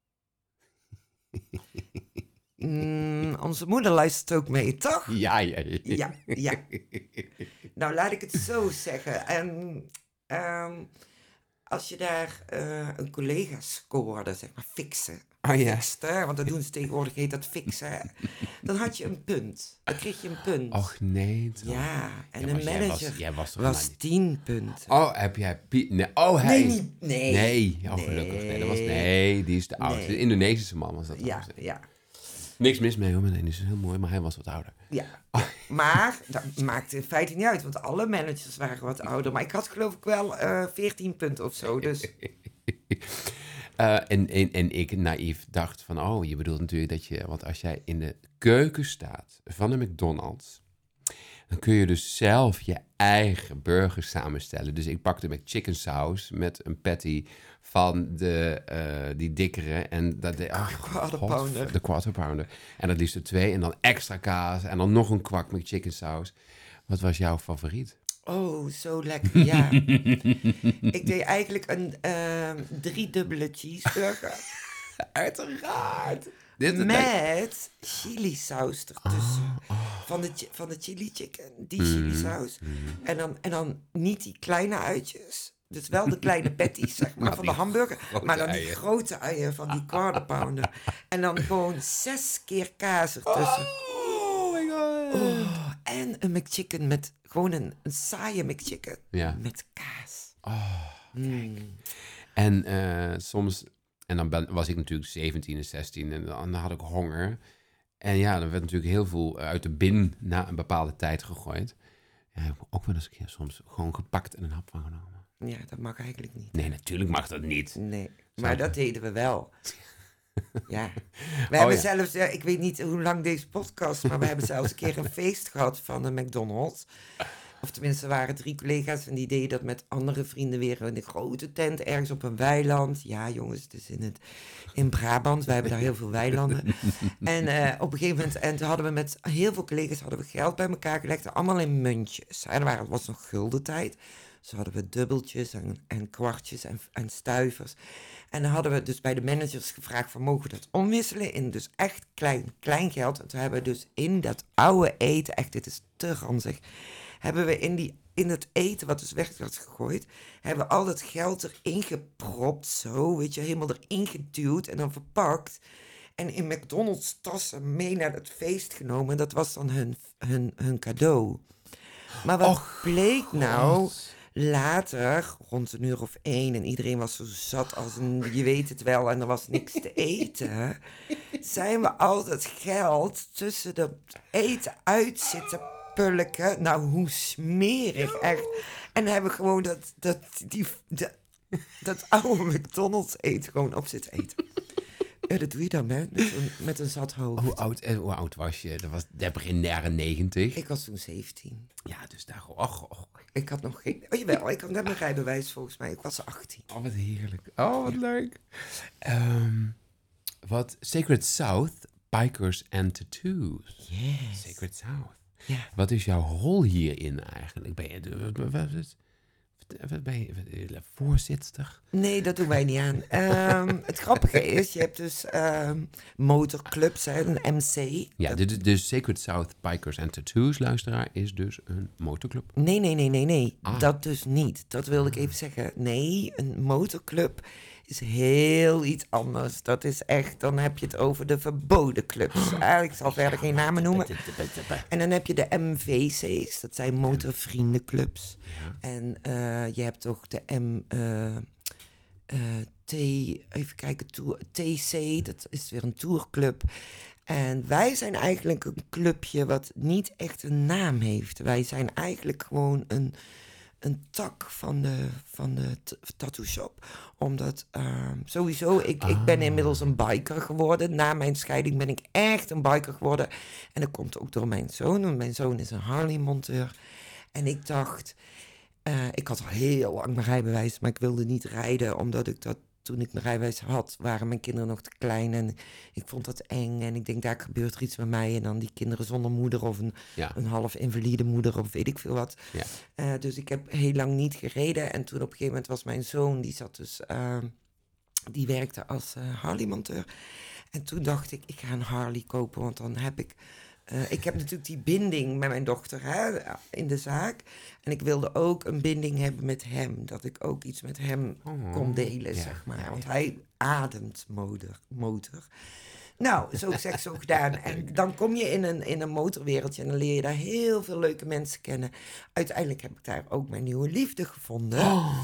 Mm, onze moeder luistert ook mee, toch? Ja, ja, ja. Ja, ja. Nou, laat ik het zo zeggen. En um, als je daar uh, een collega scoorde, zeg maar, fixen. Oh ja. Fixte, want dat doen ze tegenwoordig, heet dat fixen. Dan had je een punt. Dan kreeg je een punt. Och nee. Toch? Ja, en Ja, een maar jij manager was, jij was, toch was maar niet- tien punten. Oh, heb jij... Pie- Nee, oh, hij... Nee, niet, nee. Nee, oh, gelukkig. Nee, dat was... Nee, die is de oudste. Nee. De Indonesische man was dat. Ja, trouwens. ja, Niks mis mee hoor, maar nee, die is heel mooi, maar hij was wat ouder. ja. Maar dat maakte in feite niet uit, want alle managers waren wat ouder. Maar ik had geloof ik wel uh, veertien punten of zo, dus... Uh, en, en, en ik naïef dacht van, oh, je bedoelt natuurlijk dat je... Want als jij in de keuken staat van een McDonald's... dan kun je dus zelf je eigen burger samenstellen. Dus ik pakte met chicken saus met een patty van de, uh, die dikkere... en dat de, oh, Quarter God, pounder. de quarter pounder. En dat liefst er twee en dan extra kaas... en dan nog een kwak met chicken saus. Wat was jouw favoriet? Oh, zo lekker, ja. Ik deed eigenlijk een uh, driedubbele cheeseburger. Uiteraard. Dit is Met chili-saus ertussen. Oh, oh. Van, de, van de chili chicken, die chili-saus. Mm, mm. En, dan, en dan niet die kleine uitjes. Dus wel de kleine patties, zeg maar, Maar van de die hamburger. grote Maar dan die eieren. grote eieren van die quarter pounder. En dan gewoon zes keer kaas ertussen. Oh my god. Oh, en een McChicken met gewoon een, een saaie McChicken. Ja. Met kaas. Oh. Mm. En uh, soms, en dan ben, was ik natuurlijk zeventien en zestien en dan had ik honger. En ja, dan werd natuurlijk heel veel uit de bin na een bepaalde tijd gegooid. Ja, ik heb ook wel eens een keer soms gewoon gepakt en een hap van genomen. Ja, dat mag eigenlijk niet. Nee, natuurlijk mag dat niet. Nee, maar Zou- dat deden we wel. Ja. We Oh, hebben ja. zelfs, ja, ik weet niet hoe lang deze podcast, maar we hebben zelfs een keer een feest gehad van de McDonald's. Of tenminste, er waren drie collega's en die deden dat met andere vrienden weer in een grote tent ergens op een weiland. Ja, jongens, het is in, het, in Brabant. Wij hebben daar heel veel weilanden. En uh, op een gegeven moment, en toen hadden we met heel veel collega's hadden we geld bij elkaar gelegd, allemaal in muntjes. En er waren, het was nog guldentijd. Dus hadden we dubbeltjes en, en kwartjes en, en stuivers. En dan hadden we dus bij de managers gevraagd van, mogen we dat omwisselen in dus echt klein, klein geld. En toen hebben we dus in dat oude eten, echt dit is te ranzig, hebben we in, die, in het eten wat dus weg was gegooid, hebben we al dat geld erin gepropt, zo, weet je, helemaal erin geduwd en dan verpakt. En in McDonald's tassen mee naar het feest genomen. En dat was dan hun, hun, hun cadeau. Maar wat Och, bleek nou... God. Later, rond een uur of één, en iedereen was zo zat als een, je weet het wel, en er was niks te eten, zijn we al dat geld tussen de eten uit zitten pulken. Nou, hoe smerig, echt. En hebben we gewoon dat, dat, die, dat, dat oude McDonald's eten gewoon op zitten eten. Ja, dat doe je dan, hè, met een, met een zat hoofd. Hoe oud, eh, hoe oud was je? Dat was dat begin jaren negentig. Ik was toen zeventien. Ja, dus daar... Och, och, Ik had nog geen... Oh, jawel, ik had net mijn rijbewijs volgens mij. Ik was achttien. oh, wat heerlijk. Oh, wat leuk. Um, wat Sacred South Bikers and Tattoos. Yes. Sacred South. Ja. Wat is jouw rol hierin eigenlijk? Ben je, wat, wat, wat, wat ben je, wat, voorzitter? Nee, dat doen wij niet aan. Um, het grappige is, je hebt dus um, motorclubs, hè, een M C. Ja, de, de, de Sacred South Bikers and Tattoos luisteraar is dus een motorclub. Nee, nee, nee, nee, nee. Ah. Dat dus niet. Dat wilde ik even zeggen. Nee, een motorclub is heel iets anders. Dat is echt, dan heb je het over de verboden clubs. Ah, ik zal verder geen namen noemen. En dan heb je de M V C's, dat zijn motorvriendenclubs. Ja. En uh, je hebt toch de M... Uh, uh, T, even kijken, tour, T C, dat is weer een tourclub. En wij zijn eigenlijk een clubje wat niet echt een naam heeft. Wij zijn eigenlijk gewoon een, een tak van de, van de t- tattoo shop. Omdat uh, sowieso, ik, ah. ik ben inmiddels een biker geworden. Na mijn scheiding ben ik echt een biker geworden. En dat komt ook door mijn zoon, want mijn zoon is een Harley-monteur. En ik dacht, uh, ik had al heel lang mijn rijbewijs, maar ik wilde niet rijden, omdat ik dat, toen ik mijn rijbewijs had, waren mijn kinderen nog te klein en ik vond dat eng. En ik denk, daar gebeurt er iets met mij. En dan die kinderen zonder moeder of een, ja. een half invalide moeder of weet ik veel wat. Ja. Uh, dus ik heb heel lang niet gereden. En toen op een gegeven moment was mijn zoon, die zat dus, uh, die werkte als uh, Harley-monteur. En toen dacht ik, ik ga een Harley kopen, want dan heb ik... Uh, ik heb natuurlijk die binding met mijn dochter, hè, in de zaak. En ik wilde ook een binding hebben met hem. Dat ik ook iets met hem oh, kon delen, ja, zeg maar. Want hij ademt motor. motor. Nou, zo gezegd, zo gedaan. En dan kom je in een, in een motorwereldje en dan leer je daar heel veel leuke mensen kennen. Uiteindelijk heb ik daar ook mijn nieuwe liefde gevonden. Oh.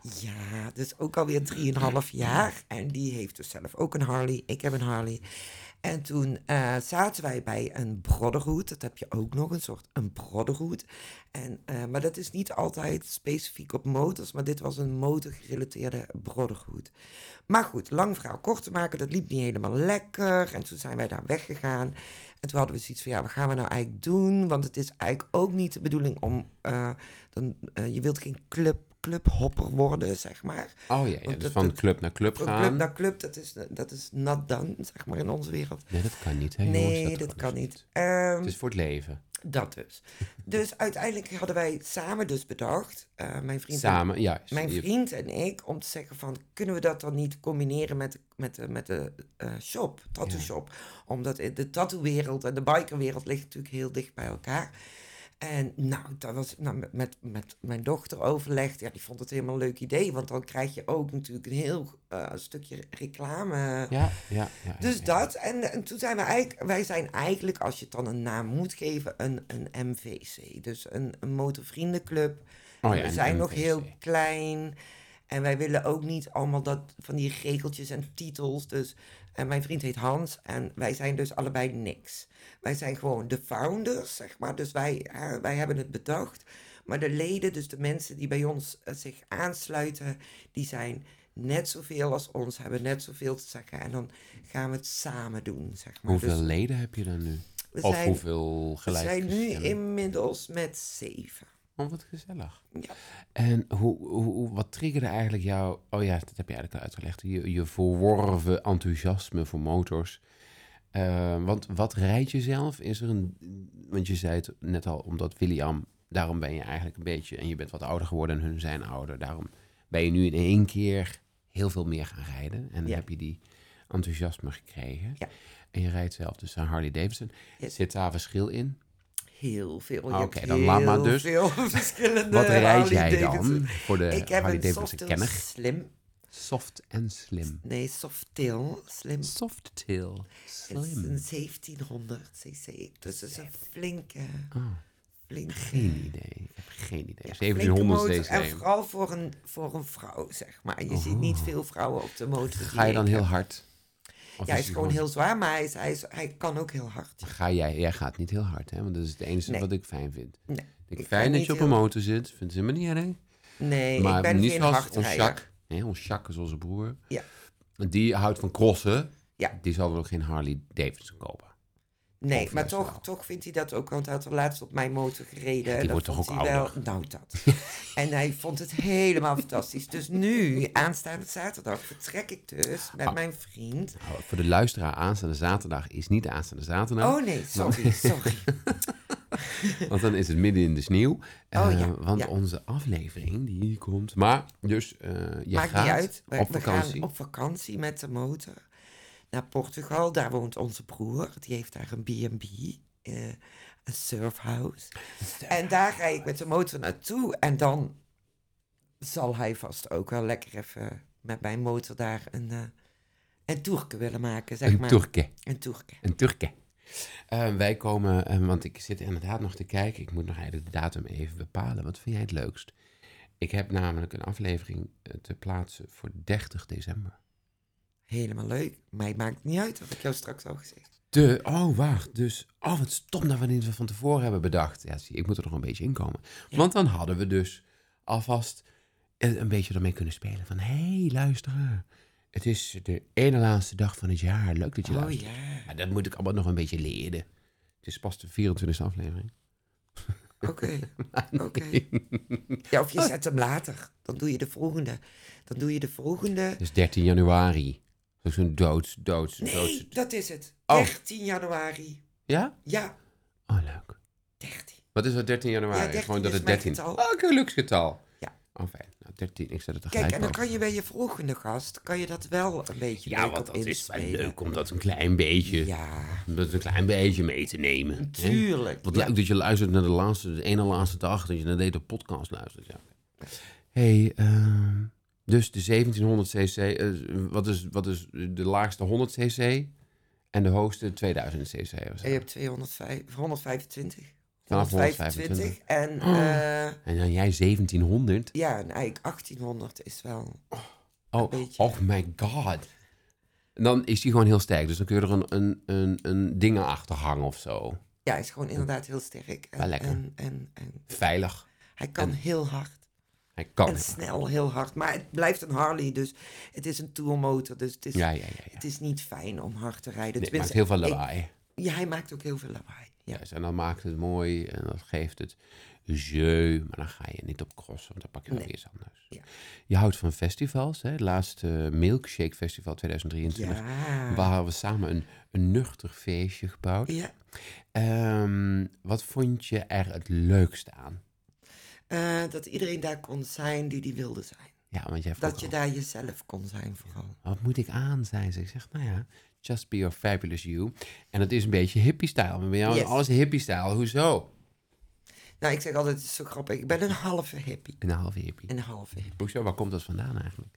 Ja, dus ook alweer drieënhalf jaar. En die heeft dus zelf ook een Harley. Ik heb een Harley. En toen uh, zaten wij bij een brotherhood. Dat heb je ook nog, een soort een brotherhood. En, uh, maar dat is niet altijd specifiek op motors, maar dit was een motorgerelateerde brotherhood. Maar goed, lang verhaal kort te maken, dat liep niet helemaal lekker. En toen zijn wij daar weggegaan. En toen hadden we zoiets van, ja, wat gaan we nou eigenlijk doen? Want het is eigenlijk ook niet de bedoeling om... Uh, dan, uh, je wilt geen club... clubhopper worden, zeg maar. Oh ja, ja dus dat, van dat, club naar club van gaan. Van club naar club, dat is, dat is not done, zeg maar, in onze wereld. Nee, dat kan niet, hè Nee, jongens, dat, dat kan niet. niet. Um, het is voor het leven. Dat dus. Dus uiteindelijk hadden wij samen dus bedacht, uh, mijn vriend, samen, en, ja, mijn vriend en ik, om te zeggen van, kunnen we dat dan niet combineren met, met, de, met de uh, shop, tattoo shop? Ja. Omdat de tattoo-wereld en de bikerwereld liggen natuurlijk heel dicht bij elkaar. En nou, dat was nou, met, met, met mijn dochter overlegd. Ja, die vond het helemaal een leuk idee. Want dan krijg je ook natuurlijk een heel uh, stukje reclame. Ja, ja, ja. Dus ja, dat. En, en toen zijn we eigenlijk... Wij zijn eigenlijk, als je het dan een naam moet geven, een, een M V C. Dus een, een motorvriendenclub. Oh, ja, we zijn nog heel klein. En wij willen ook niet allemaal dat van die regeltjes en titels. Dus, en mijn vriend heet Hans. En wij zijn dus allebei niks. Wij zijn gewoon de founders, zeg maar. Dus wij, uh, wij hebben het bedacht. Maar de leden, dus de mensen die bij ons uh, zich aansluiten, die zijn net zoveel als ons, hebben net zoveel te zeggen. En dan gaan we het samen doen, zeg maar. Hoeveel dus, leden heb je dan nu? Of zijn, hoeveel gelijk? We zijn nu inmiddels met zeven. Oh, wat gezellig. Ja. En hoe, hoe, wat triggerde eigenlijk jou... Oh ja, dat heb je eigenlijk al uitgelegd. Je, je verworven enthousiasme voor motors. Uh, want wat rijd je zelf? Is er een... Want je zei het net al, omdat William... Daarom ben je eigenlijk een beetje... En je bent wat ouder geworden en hun zijn ouder. Daarom ben je nu in één keer heel veel meer gaan rijden. En dan ja. heb je die enthousiasme gekregen. Ja. En je rijdt zelf dus aan Harley Davidson. Yes. Zit daar verschil in? Heel veel. Oké, okay, dan laat maar dus. Veel verschillende wat rijd jij Davidson. dan voor de ik heb Harley een Davidson kenner? Slim. Soft en slim. Nee, Softail slim. Softail slim. Het is een zeventienhonderd cc. Dus het is een flinke... Oh. flinke geen idee. Ik heb geen idee. Ja, zeventienhonderd cc. En vooral voor een, voor een vrouw, zeg maar. Je oh. ziet niet veel vrouwen op de motor. Ga je dan heel hard? Of ja, hij is gewoon heel zwaar, maar hij, is, hij, is, hij kan ook heel hard. Ja. Ga jij, jij gaat niet heel hard, hè? Want dat is het enige nee. wat ik fijn vind. Nee, ik ik fijn dat je op een motor zit. Vind ze me niet erg. Nee, maar ik ben niet geen zoals ons hardrijder. Jacques. Nee, ons Jacques is onze broer. Ja. Die houdt van crossen. Ja. Die zal dan ook geen Harley Davidson kopen. Nee, Of maar juist toch, wel? toch vindt hij dat ook, want hij had er laatst op mijn motor gereden. die en dat wordt toch vond ook hij wel, ouder? nou dat. En hij vond het helemaal fantastisch. Dus nu, aanstaande zaterdag, vertrek ik dus met Oh. mijn vriend. Nou, voor de luisteraar, aanstaande zaterdag is niet aanstaande zaterdag. Oh nee, sorry, sorry. Want dan is het midden in de sneeuw. Oh, Eh, ja, want ja. onze aflevering, die komt... Maar, dus, eh je Maakt gaat niet uit. We, op we vakantie. gaan op vakantie met de motor naar Portugal. Daar woont onze broer. Die heeft daar een B en B, eh, een surfhouse. En daar ga ik met de motor naartoe. En dan zal hij vast ook wel lekker even met mijn motor daar een, uh, een toerke willen maken, zeg Een maar. Turke. Een toerke. Een Turke. Uh, wij komen, uh, want ik zit inderdaad nog te kijken. Ik moet nog eigenlijk de datum even bepalen. Wat vind jij het leukst? Ik heb namelijk een aflevering uh, te plaatsen voor dertig december. Helemaal leuk. Mij maakt het niet uit, had ik jou straks al gezegd. De, oh, wacht. Dus, oh, wat stom dat we dit van tevoren hebben bedacht. Ja, zie, ik moet er nog een beetje in komen. Ja. Want dan hadden we dus alvast een beetje ermee kunnen spelen. Van, hé, hey, luisteraar. Het is de ene laatste dag van het jaar. Leuk dat je oh, luistert. Ja. Maar dat moet ik allemaal nog een beetje leren. Het is pas de vierentwintigste aflevering. Oké, okay. oké. Okay. Ja, of je zet hem later. Dan doe je de volgende. Dan doe je de volgende... Het is dertien januari. Dat is een doods, doods, nee, doods... Nee, dat is het. Oh. dertien januari. Ja? Ja. Oh, leuk. dertien. Wat is dat dertien januari? Ja, dertien Gewoon dat is het mijn dertien... getal. Oh, een geluksgetal. Ja. Oh, fijn. Nou, dertien, ik zet het er Kijk, gelijk en dan over. kan je bij je volgende gast, kan je dat wel een beetje Ja, leuk want op dat is wel inspelen. leuk om dat een klein beetje... Ja. Om dat een klein beetje mee te nemen. Tuurlijk. Hè? Wat ja. leuk dat je luistert naar de laatste, de ene laatste dag, dat je naar deze podcast luistert. Ja. Hey, uh, dus de zeventienhonderd cc, uh, wat, is, wat is de laagste honderd cc en de hoogste tweeduizend cc? En je hebt tweehonderdvijf, honderdvijfentwintig. Vanaf honderdvijfentwintig. En, uh, en dan jij zeventienhonderd? Ja, en eigenlijk achttienhonderd is wel oh, een beetje... Oh my god. En dan is die gewoon heel sterk. Dus dan kun je er een, een, een, een ding achter hangen of zo. Ja, hij is gewoon inderdaad heel sterk. En, wel lekker. En, en, en, veilig. Hij kan en, heel hard. Hij kan en snel heel hard. Maar het blijft een Harley, dus het is een tourmotor. Dus het is, ja, ja, ja, ja. het is niet fijn om hard te rijden. Nee, het maakt heel veel lawaai. Ik, ja, hij maakt ook heel veel lawaai. Ja. Juist, en dan maakt het mooi en dat geeft het jeu. Maar dan ga je niet op crossen, want dan pak je nog nee. iets anders. Ja. Je houdt van festivals, hè? Het laatste Milkshake Festival tweeduizend drieëntwintig. Ja. Waar we samen een, een nuchter feestje gebouwd. Ja. Um, wat vond je er het leukste aan? Uh, dat iedereen daar kon zijn die die wilde zijn. Ja, want jij dat je al, daar jezelf kon zijn vooral. Wat moet ik aan zijn? Ik zeg, nou ja, just be your fabulous you. En het is een beetje hippie-style. Maar bij jou yes. is alles hippie-style. Hoezo? Nou, ik zeg altijd, het is zo grappig. Ik ben een halve hippie. Een halve hippie. Een halve hippie. Hoezo? Waar komt dat vandaan eigenlijk?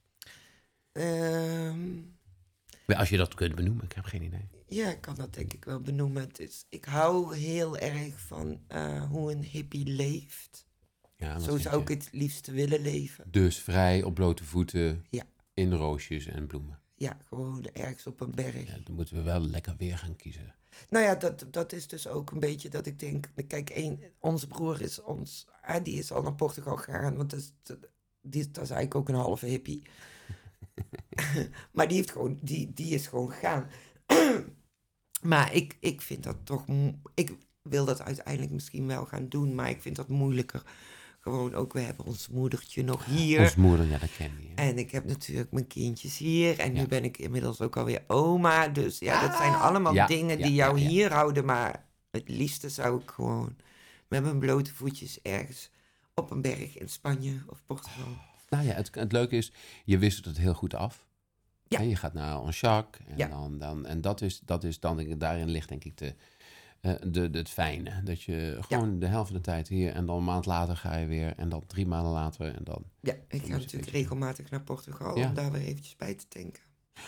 Um, Als je dat kunt benoemen, ik heb geen idee. Ja, ik kan dat denk ik wel benoemen. Het is, ik hou heel erg van uh, hoe een hippie leeft. Ja, zo zou ik het liefst willen leven. Dus vrij, op blote voeten, ja. in roosjes en bloemen. Ja, gewoon ergens op een berg. Ja, dan moeten we wel lekker weer gaan kiezen. Nou ja, dat, dat is dus ook een beetje dat ik denk... Kijk, een, onze broer is ons... Ah, die is al naar Portugal gegaan, want dat is, die, dat is eigenlijk ook een halve hippie. Maar die, heeft gewoon, die, die is gewoon gegaan. Maar ik, ik vind dat toch... Ik wil dat uiteindelijk misschien wel gaan doen, maar ik vind dat moeilijker. Gewoon ook, we hebben ons moedertje nog hier. Ons moeder, ja, dat ken je. Ja. En ik heb natuurlijk mijn kindjes hier. En ja. nu ben ik inmiddels ook alweer oma. Dus ja, dat zijn allemaal ja, dingen die ja, jou ja, ja. hier houden. Maar het liefste zou ik gewoon met mijn blote voetjes ergens op een berg in Spanje of Portugal. Oh, nou ja, het, het leuke is, je wisselt het heel goed af. Ja. En je gaat naar Onchac. En, ja. dan, dan, en dat is, dat is dan, daarin ligt denk ik de... Uh, de, de, het fijne, dat je gewoon ja. de helft van de tijd hier en dan een maand later ga je weer en dan drie maanden later en dan... Ja, ik ga natuurlijk regelmatig naar Portugal ja. om daar weer eventjes bij te tanken.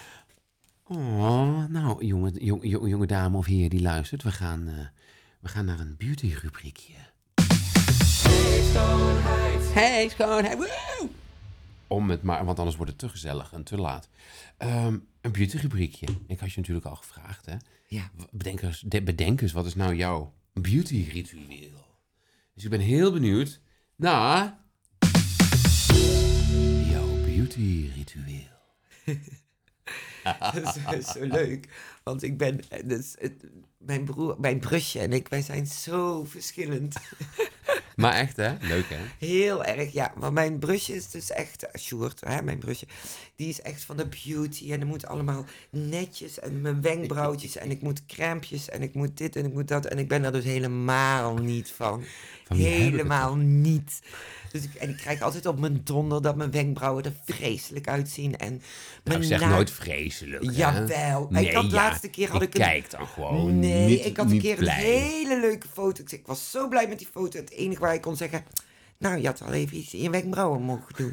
Oh, nou, jonge, jonge, jonge, jonge dame of heer die luistert, we gaan, uh, we gaan naar een beauty-rubriekje. Hey schoonheid! Hey schoonheid! Woe! Om het maar, want anders wordt het te gezellig en te laat. Um, een beauty-rubriekje. Ik had je natuurlijk al gevraagd, hè? Ja. Bedenk eens, bedenk eens, wat is nou jouw beauty-ritueel? Dus ik ben heel benieuwd naar jouw beauty-ritueel. dat is zo leuk. Want ik ben... Dus, het, mijn broer, mijn brusje en ik, wij zijn zo verschillend. Maar echt, hè? Leuk, hè? Heel erg, ja. Maar mijn brusje is dus echt... Uh, Sjoerd, hè, mijn brusje. Die is echt van de beauty. En er moet allemaal netjes. En mijn wenkbrauwtjes. En ik moet crèmpjes. En ik moet dit en ik moet dat. En ik ben er dus helemaal niet van. Van wie heb ik het helemaal dan? niet. Dus ik, en ik krijg altijd op mijn donder dat mijn wenkbrauwen er vreselijk uitzien. En Nou, mijn zeg na- nooit vreselijk, hè? Jawel. Nee, ik had de ja, laatste keer had je ik een... kijkt dan gewoon Nee, niet, ik had een niet keer blij. een hele leuke foto. Ik, zei, ik was zo blij met die foto. Het enige waar ik kon zeggen... Nou, je had al even iets in je wenkbrauwen mogen doen.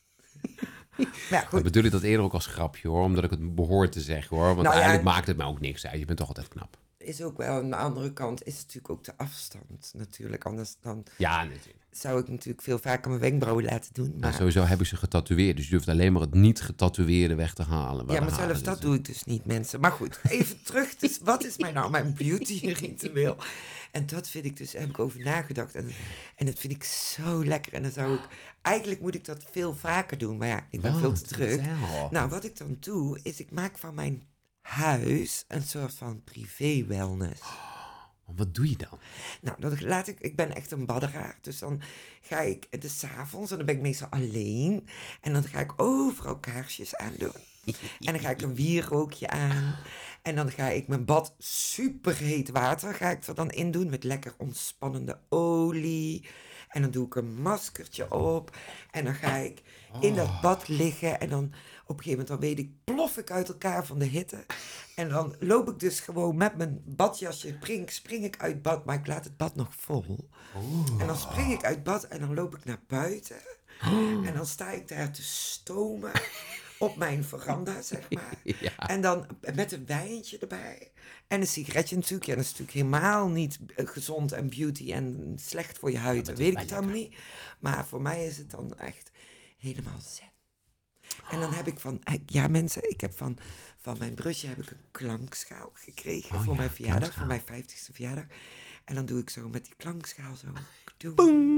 Maar ja, Dan goed. bedoel ik dat eerder ook als grapje, hoor. Omdat ik het behoor te zeggen, hoor. Want Nou ja, eigenlijk maakt het me ook niks uit. Je bent toch altijd knap. Is ook wel aan de andere kant... is natuurlijk ook de afstand natuurlijk. Anders dan Ja, natuurlijk. zou ik natuurlijk veel vaker mijn wenkbrauwen laten doen. Nou, Maar, sowieso heb ik ze getatoeëerd. Dus je hoeft alleen maar het niet getatoeëerde weg te halen. Waar ja, maar de zelfs haren dat zitten. doe ik dus niet, mensen. Maar goed, even terug. Dus wat is mij nou mijn beauty-ritueel? En dat vind ik dus, heb ik over nagedacht. En, en dat vind ik zo lekker. En dan zou ik... Eigenlijk moet ik dat veel vaker doen. Maar ja, ik ben veel te Wat? druk. Vertel. Nou, wat ik dan doe, is ik maak van mijn huis een soort van privé-wellness. Wat doe je dan? Nou, dan laat ik, ik ben echt een badderaar. Dus dan ga ik de 's avonds, en dan ben ik meestal alleen. En dan ga ik overal kaarsjes aandoen. En dan ga ik een wierookje aan. En dan ga ik mijn bad superheet water ga ik er dan in doen. Met lekker ontspannende olie. En dan doe ik een maskertje op. En dan ga ik in dat bad liggen. En dan op een gegeven moment dan weet ik, plof ik uit elkaar van de hitte. En dan loop ik dus gewoon met mijn badjasje, spring, spring ik uit bad. Maar ik laat het bad nog vol. En dan spring ik uit bad en dan loop ik naar buiten. En dan sta ik daar te stomen op mijn veranda, zeg maar. Ja. En dan met een wijntje erbij. En een sigaretje natuurlijk. Ja, dat is natuurlijk helemaal niet eh, gezond en beauty en slecht voor je huid. maar Dat weet ik wel het allemaal niet. Maar voor mij is het dan echt helemaal zen. En dan heb ik van... eh, Ja, mensen, ik heb van, van mijn brusje heb ik een klankschaal gekregen Oh voor ja, mijn verjaardag. klankschaal. Voor mijn vijftigste verjaardag. En dan doe ik zo met die klankschaal zo. Doe.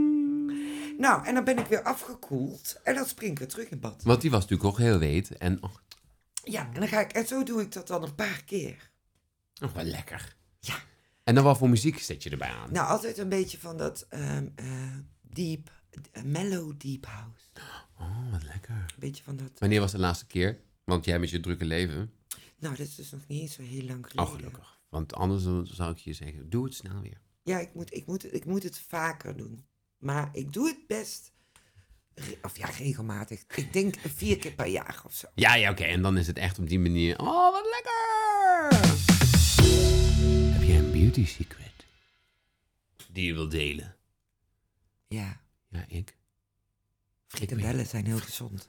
Nou, en dan ben ik weer afgekoeld. En dan spring ik weer terug in bad. Want die was natuurlijk ook heel heet. En oh, Ja, en, dan ga ik, en zo doe ik dat dan een paar keer. oh, wel lekker. Ja. En dan wat voor muziek zet je erbij aan? Nou, altijd een beetje van dat ehm, eh, deep, eh, mellow deep house. Oh, wat lekker. Een beetje van dat... Wanneer was de laatste keer? Want jij met je drukke leven. Nou, dat is dus nog niet eens zo heel lang geleden. Oh, gelukkig. Want anders dan zou ik je zeggen, doe het snel weer. Ja, ik moet, ik, moet, ik moet het vaker doen. Maar ik doe het best... re- Of ja, regelmatig. Ik denk vier keer per jaar of zo. Ja, ja, oké. En dan is het echt op die manier. Oh, wat lekker! Heb jij een beauty secret? Die je wilt delen? Ja, Ja, ik. frikandellen zijn heel gezond.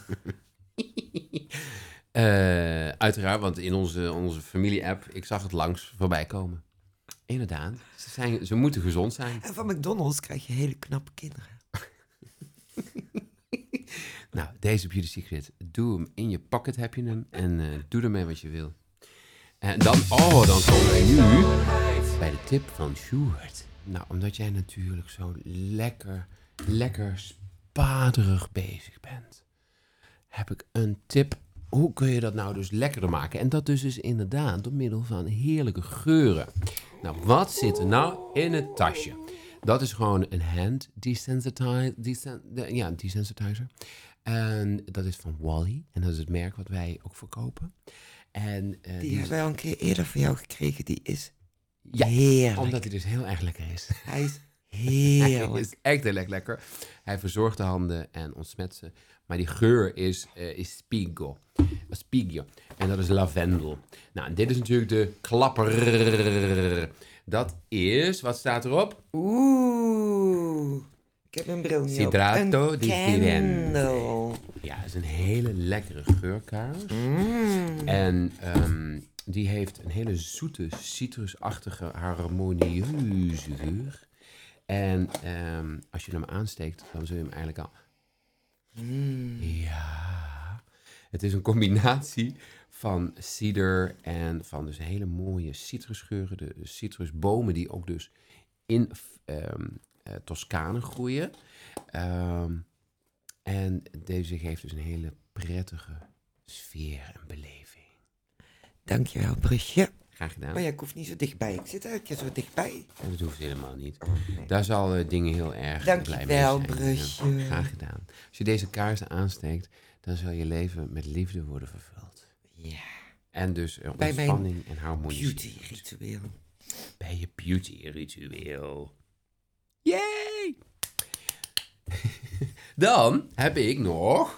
Eh, uiteraard, want in onze, onze familie-app, ik zag het langs voorbij komen. Inderdaad. Ze, zijn, ze moeten gezond zijn. En van McDonald's krijg je hele knappe kinderen. Nou, deze beauty secret, doe hem in je pocket, heb je hem. En eh, doe ermee wat je wil. En dan, oh, dan komen wij nu bij de tip van Sjoerd. Nou, omdat jij natuurlijk zo lekker, lekker spaderig bezig bent, heb ik een tip. Hoe kun je dat nou dus lekkerder maken? En dat dus is inderdaad door middel van heerlijke geuren. Nou, wat zit er nou in het tasje? Dat is gewoon een hand desensitizer. Desen, de- ja, desensitizer. En dat is van Wally. En dat is het merk wat wij ook verkopen. En, eh, Die is- hebben we al een keer eerder van jou gekregen. Die is ja, heerlijk. omdat hij dus heel erg lekker is. Hij is Hij heerlijk. is echt heel erg lekker. Hij verzorgt de handen en ontsmet ze. Maar die geur is, eh is spigo. Spigio. En dat is lavendel. Nou, en dit is natuurlijk de klapper. Dat is, wat staat erop? Oeh. Ik heb een bril niet op. Sidrato Een di Firenze. candle. Ja, het is een hele lekkere geurkaars. Mm. En ehm, die heeft een hele zoete, citrusachtige, harmonieuze geur. En ehm, als je hem aansteekt, dan zul je hem eigenlijk al... Mm. Ja, het is een combinatie van cider en van dus hele mooie citrusgeuren. De citrusbomen die ook dus in ehm eh, Toscane groeien. Ehm, en deze geeft dus een hele prettige sfeer en beleving. Dankjewel, Brusje. Graag gedaan. Maar ja, ik hoef niet zo dichtbij. Ik zit eigenlijk zo dichtbij. En dat hoeft helemaal niet. Oh, nee. Daar zal uh, dingen heel erg Dankjewel, blij mee zijn. Brusje. Ja, graag gedaan. Als je deze kaarsen aansteekt, dan zal je leven met liefde worden vervuld. Ja. En dus uh, Bij ontspanning en harmonie. Beauty-ritueel. Bij je beauty-ritueel. Yay! Dan heb ik nog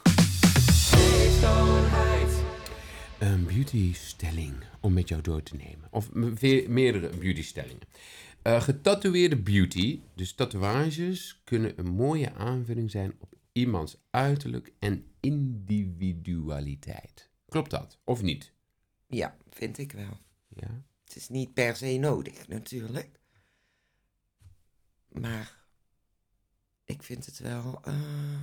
een beauty-stelling om met jou door te nemen. Of me- meerdere beauty-stellingen. Uh, getatoeëerde beauty, dus tatoeages, kunnen een mooie aanvulling zijn op iemands uiterlijk en individualiteit. Klopt dat, of niet? Ja, vind ik wel. Ja. Het is niet per se nodig, natuurlijk. Maar ik vind het wel uh,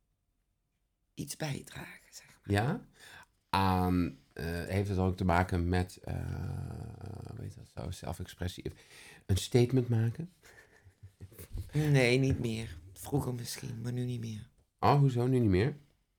iets bijdragen, zeg maar. Ja? Aan, uh, heeft het ook te maken met, uh, weet dat zo, zelfexpressie, een statement maken? Nee, niet meer. Vroeger misschien, maar nu niet meer. Oh, hoezo nu niet meer?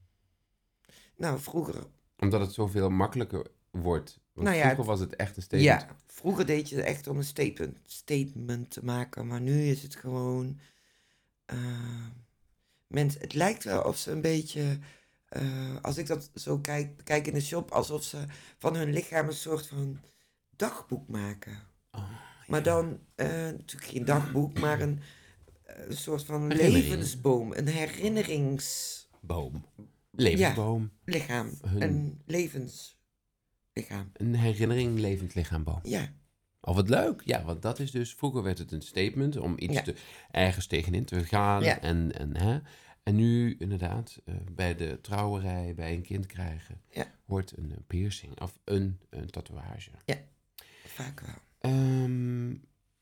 Nou, vroeger... Omdat het zoveel makkelijker wordt. Want nou ja, vroeger was het echt een statement. Ja, vroeger deed je het echt om een statement, statement te maken. Maar nu is het gewoon... Uh, mensen, het lijkt wel of ze een beetje... Uh, als ik dat zo kijk, kijk in de shop... alsof ze van hun lichaam een soort van dagboek maken. Oh, ja. Maar dan uh, natuurlijk geen dagboek... maar een, een soort van Herinnering. levensboom. Een herinneringsboom. Levensboom. Ja, lichaam. Hun... Een levenslichaam. Een herinnering levend lichaamboom. Ja. Oh, wat leuk. Ja, want dat is dus... Vroeger werd het een statement om iets ja. te, ergens tegenin te gaan. Ja. En, en, hè? En nu inderdaad, uh, bij de trouwerij, bij een kind krijgen... Ja. hoort een piercing of een, een tatoeage. Ja, vaak wel. Um,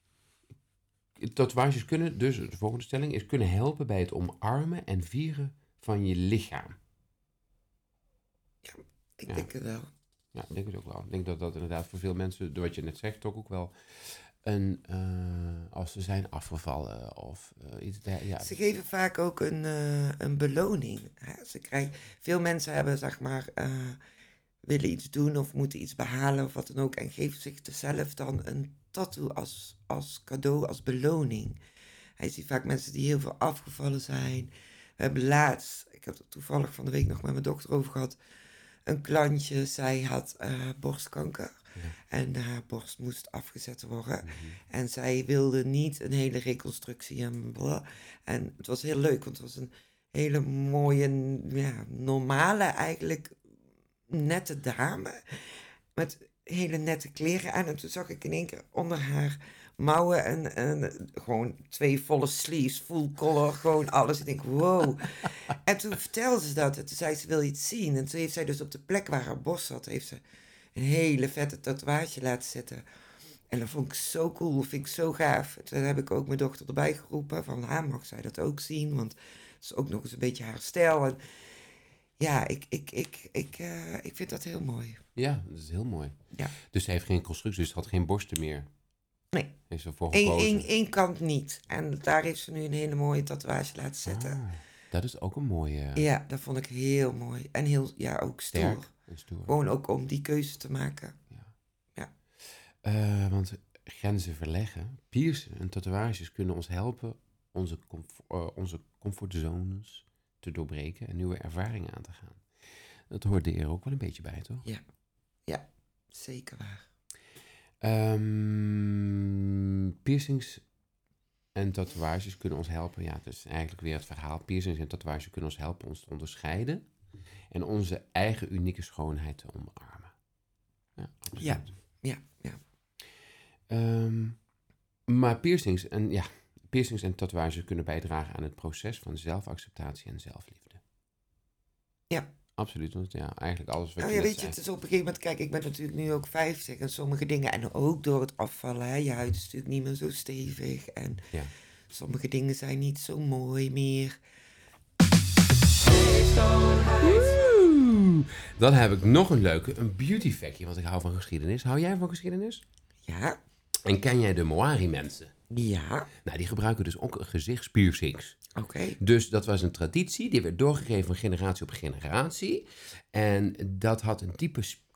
tatoeages kunnen, dus de volgende stelling is... kunnen helpen bij het omarmen en vieren van je lichaam. Ja, ik ja. denk het wel. Ja, ik denk het ook wel. Ik denk dat dat inderdaad voor veel mensen, door wat je net zegt, toch ook wel een, uh, als ze zijn afgevallen of uh, iets der, ja. Ze geven vaak ook een, uh, een beloning. Hè? Ze krijgen, veel mensen hebben, zeg maar, uh, willen iets doen of moeten iets behalen of wat dan ook en geven zichzelf dan een tattoo als, als cadeau, als beloning. Hij ziet vaak mensen die heel veel afgevallen zijn. We hebben laatst, ik heb het toevallig van de week nog met mijn dochter over gehad, een klantje, zij had uh, borstkanker. Ja. En haar borst moest afgezet worden. Mm-hmm. En zij wilde niet een hele reconstructie. En, blah. En het was heel leuk, want het was een hele mooie, ja, normale eigenlijk, nette dame. Met hele nette kleren aan. En toen zag ik in één keer onder haar mouwen en, en gewoon twee volle sleeves, full color, gewoon alles. Ik denk, wow. En toen vertelde ze dat. En toen zei ze, wil je het zien? En toen heeft zij dus op de plek waar haar borst zat, heeft ze een hele vette tatoeage laten zetten. En dat vond ik zo cool, dat vind ik zo gaaf. Toen heb ik ook mijn dochter erbij geroepen, van haar mag zij dat ook zien, want het is ook nog eens een beetje haar stijl. En ja, ik, ik, ik, ik, uh, ik vind dat heel mooi. Ja, dat is heel mooi. Ja. Dus ze heeft geen constructie, dus ze had geen borsten meer. Nee. Heeft ze voor gekozen? Eén kant niet. En daar heeft ze nu een hele mooie tatoeage laten zetten. Ah, dat is ook een mooie... Ja, dat vond ik heel mooi. En heel, ja, ook stoer. Sterk en stoer. Gewoon ook om die keuze te maken. Ja. Ja. Uh, want grenzen verleggen, piercen en tatoeages kunnen ons helpen onze, comfort, uh, onze comfortzones te doorbreken en nieuwe ervaringen aan te gaan. Dat hoort er ook wel een beetje bij, toch? Ja, ja, zeker waar. Um, piercings en tatoeages kunnen ons helpen. Ja, het is eigenlijk weer het verhaal. Piercings en tatoeages kunnen ons helpen ons te onderscheiden en onze eigen unieke schoonheid te omarmen. Ja, absoluut. Ja, ja, ja. Um, maar piercings en, ja, piercings en tatoeages kunnen bijdragen aan het proces van zelfacceptatie en zelfliefde. Ja. Absoluut, want ja, eigenlijk alles wat nou, je ja, weet zei. je, het is op een gegeven moment, kijk, ik ben natuurlijk nu ook vijftig en sommige dingen, en ook door het afvallen, hè, je huid is natuurlijk niet meer zo stevig en ja. sommige dingen zijn niet zo mooi meer. Woe! Dan heb ik nog een leuke, een beauty factje, want ik hou van geschiedenis. Hou jij van geschiedenis? Ja. En ken jij de Maori-mensen? Ja. Nou, die gebruiken dus ook gezichtspiercings. Oké. Okay. Dus dat was een traditie, die werd doorgegeven van generatie op generatie. En dat had een diepe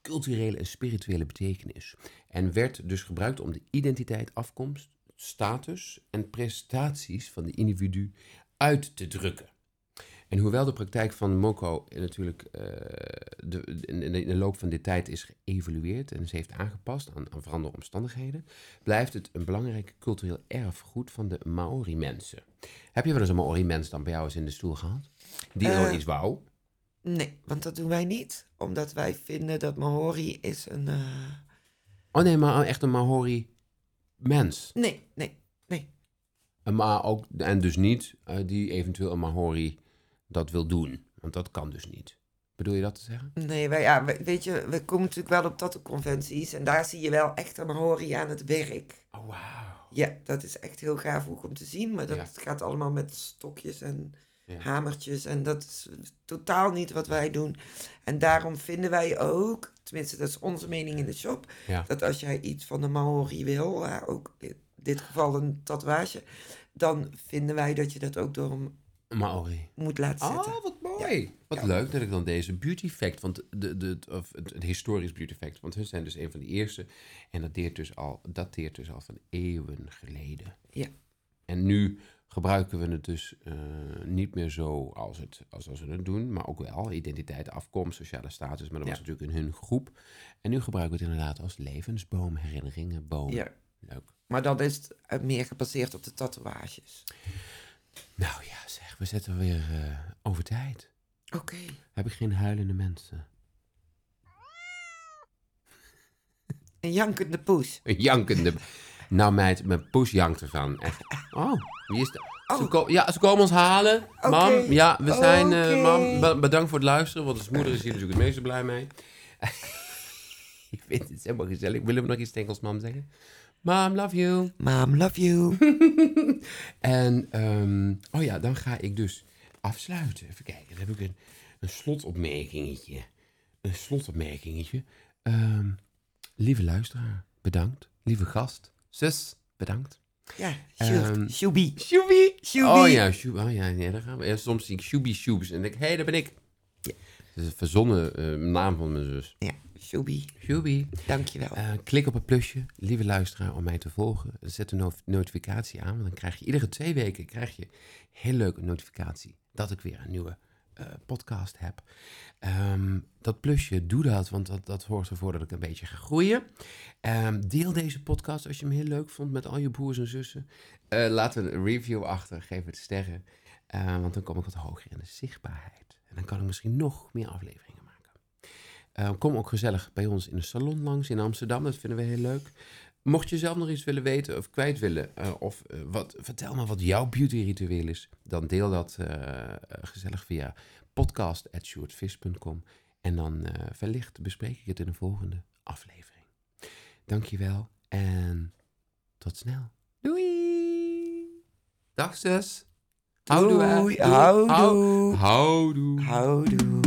culturele en spirituele betekenis. En werd dus gebruikt om de identiteit, afkomst, status en prestaties van de individu uit te drukken. En hoewel de praktijk van Moko natuurlijk uh, de, in, in de loop van de tijd is geëvolueerd en ze heeft aangepast aan, aan veranderde omstandigheden, blijft het een belangrijk cultureel erfgoed van de Maori-mensen. Heb je wel eens een Maori-mens dan bij jou eens in de stoel gehad? Die uh, er iets wou? Nee, want dat doen wij niet. Omdat wij vinden dat Maori is een... Uh... Oh nee, maar echt een Maori-mens? Nee, nee, nee. Maar ook, en dus niet uh, die eventueel een Maori dat wil doen. Want dat kan dus niet. Bedoel je dat te zeggen? Nee, wij, ja, weet je, we komen natuurlijk wel op tattoo-conventies. En daar zie je wel echt een Maori aan het werk. Oh, wauw. Ja, dat is echt heel gaaf ook om te zien. Maar dat ja. gaat allemaal met stokjes en ja. hamertjes. En dat is totaal niet wat wij doen. En daarom vinden wij ook, tenminste dat is onze mening in de shop, ja. dat als jij iets van de Maori wil, ja, ook in dit geval een tatoeage, dan vinden wij dat je dat ook door hem Maori moet laten zetten. Oh, wat mooi. Ja. Wat ja. leuk dat ik dan deze beauty fact, want de, de, of het, het historisch beauty fact, want hun zijn dus een van de eerste en dat dateert dus al, dateert dus al van eeuwen geleden. Ja. En nu gebruiken we het dus uh, niet meer zo als, het, als, als we het doen, maar ook wel identiteit, afkomst, sociale status, maar dat ja. was natuurlijk in hun groep. En nu gebruiken we het inderdaad als levensboom, herinneringen, boom. Ja. Leuk. Maar dan is het meer gebaseerd op de tatoeages. Nou ja, zeg, we zetten weer uh, over tijd. Oké. Okay. Heb ik geen huilende mensen? Een jankende poes. Een jankende... Nou meid, mijn poes jankt ervan. Echt. Oh, wie is dat? Oh. Ze ko- ja, ze komen ons halen. Okay. Mam, ja, we zijn... Uh, okay. Mam, be- bedankt voor het luisteren, want als moeder is hier natuurlijk het meeste blij mee. Ik vind het helemaal gezellig. Willen we nog iets Engels, mam, zeggen? Mom, love you. Mom, love you. En, um, oh ja, dan ga ik dus afsluiten. Even kijken, dan heb ik een, een slotopmerkingetje. Een slotopmerkingetje. Um, lieve luisteraar, bedankt. Lieve gast, zus, bedankt. Ja, um, Shubi. Shubi. Oh ja, Shubi. Oh ja, nee, daar gaan we. Ja, soms zie ik Shubi Shubes en denk ik, hé, hey, daar ben ik. Ja. Dat is een verzonnen uh, naam van mijn zus. Ja. Shubi. Shubi. Dankjewel. Uh, klik op het plusje, lieve luisteraar, om mij te volgen. Zet een not- notificatie aan, want dan krijg je iedere twee weken krijg je heel leuke notificatie dat ik weer een nieuwe uh, podcast heb. Um, dat plusje, doe dat, want dat, dat zorgt ervoor dat ik een beetje ga groeien. Um, deel deze podcast als je hem heel leuk vond met al je broers en zussen. Uh, laat een review achter, geef het sterren, uh, want dan kom ik wat hoger in de zichtbaarheid. En dan kan ik misschien nog meer afleveringen. Uh, kom ook gezellig bij ons in de salon langs in Amsterdam. Dat vinden we heel leuk. Mocht je zelf nog iets willen weten of kwijt willen, uh, of uh, wat, vertel maar wat jouw beauty-ritueel is, dan deel dat uh, gezellig via podcast at sjoerdvis punt com. En dan uh, wellicht bespreek ik het in de volgende aflevering. Dankjewel en tot snel. Doei! Dag zus! Houdoe! Houdoe! Houdoe! Houdoe!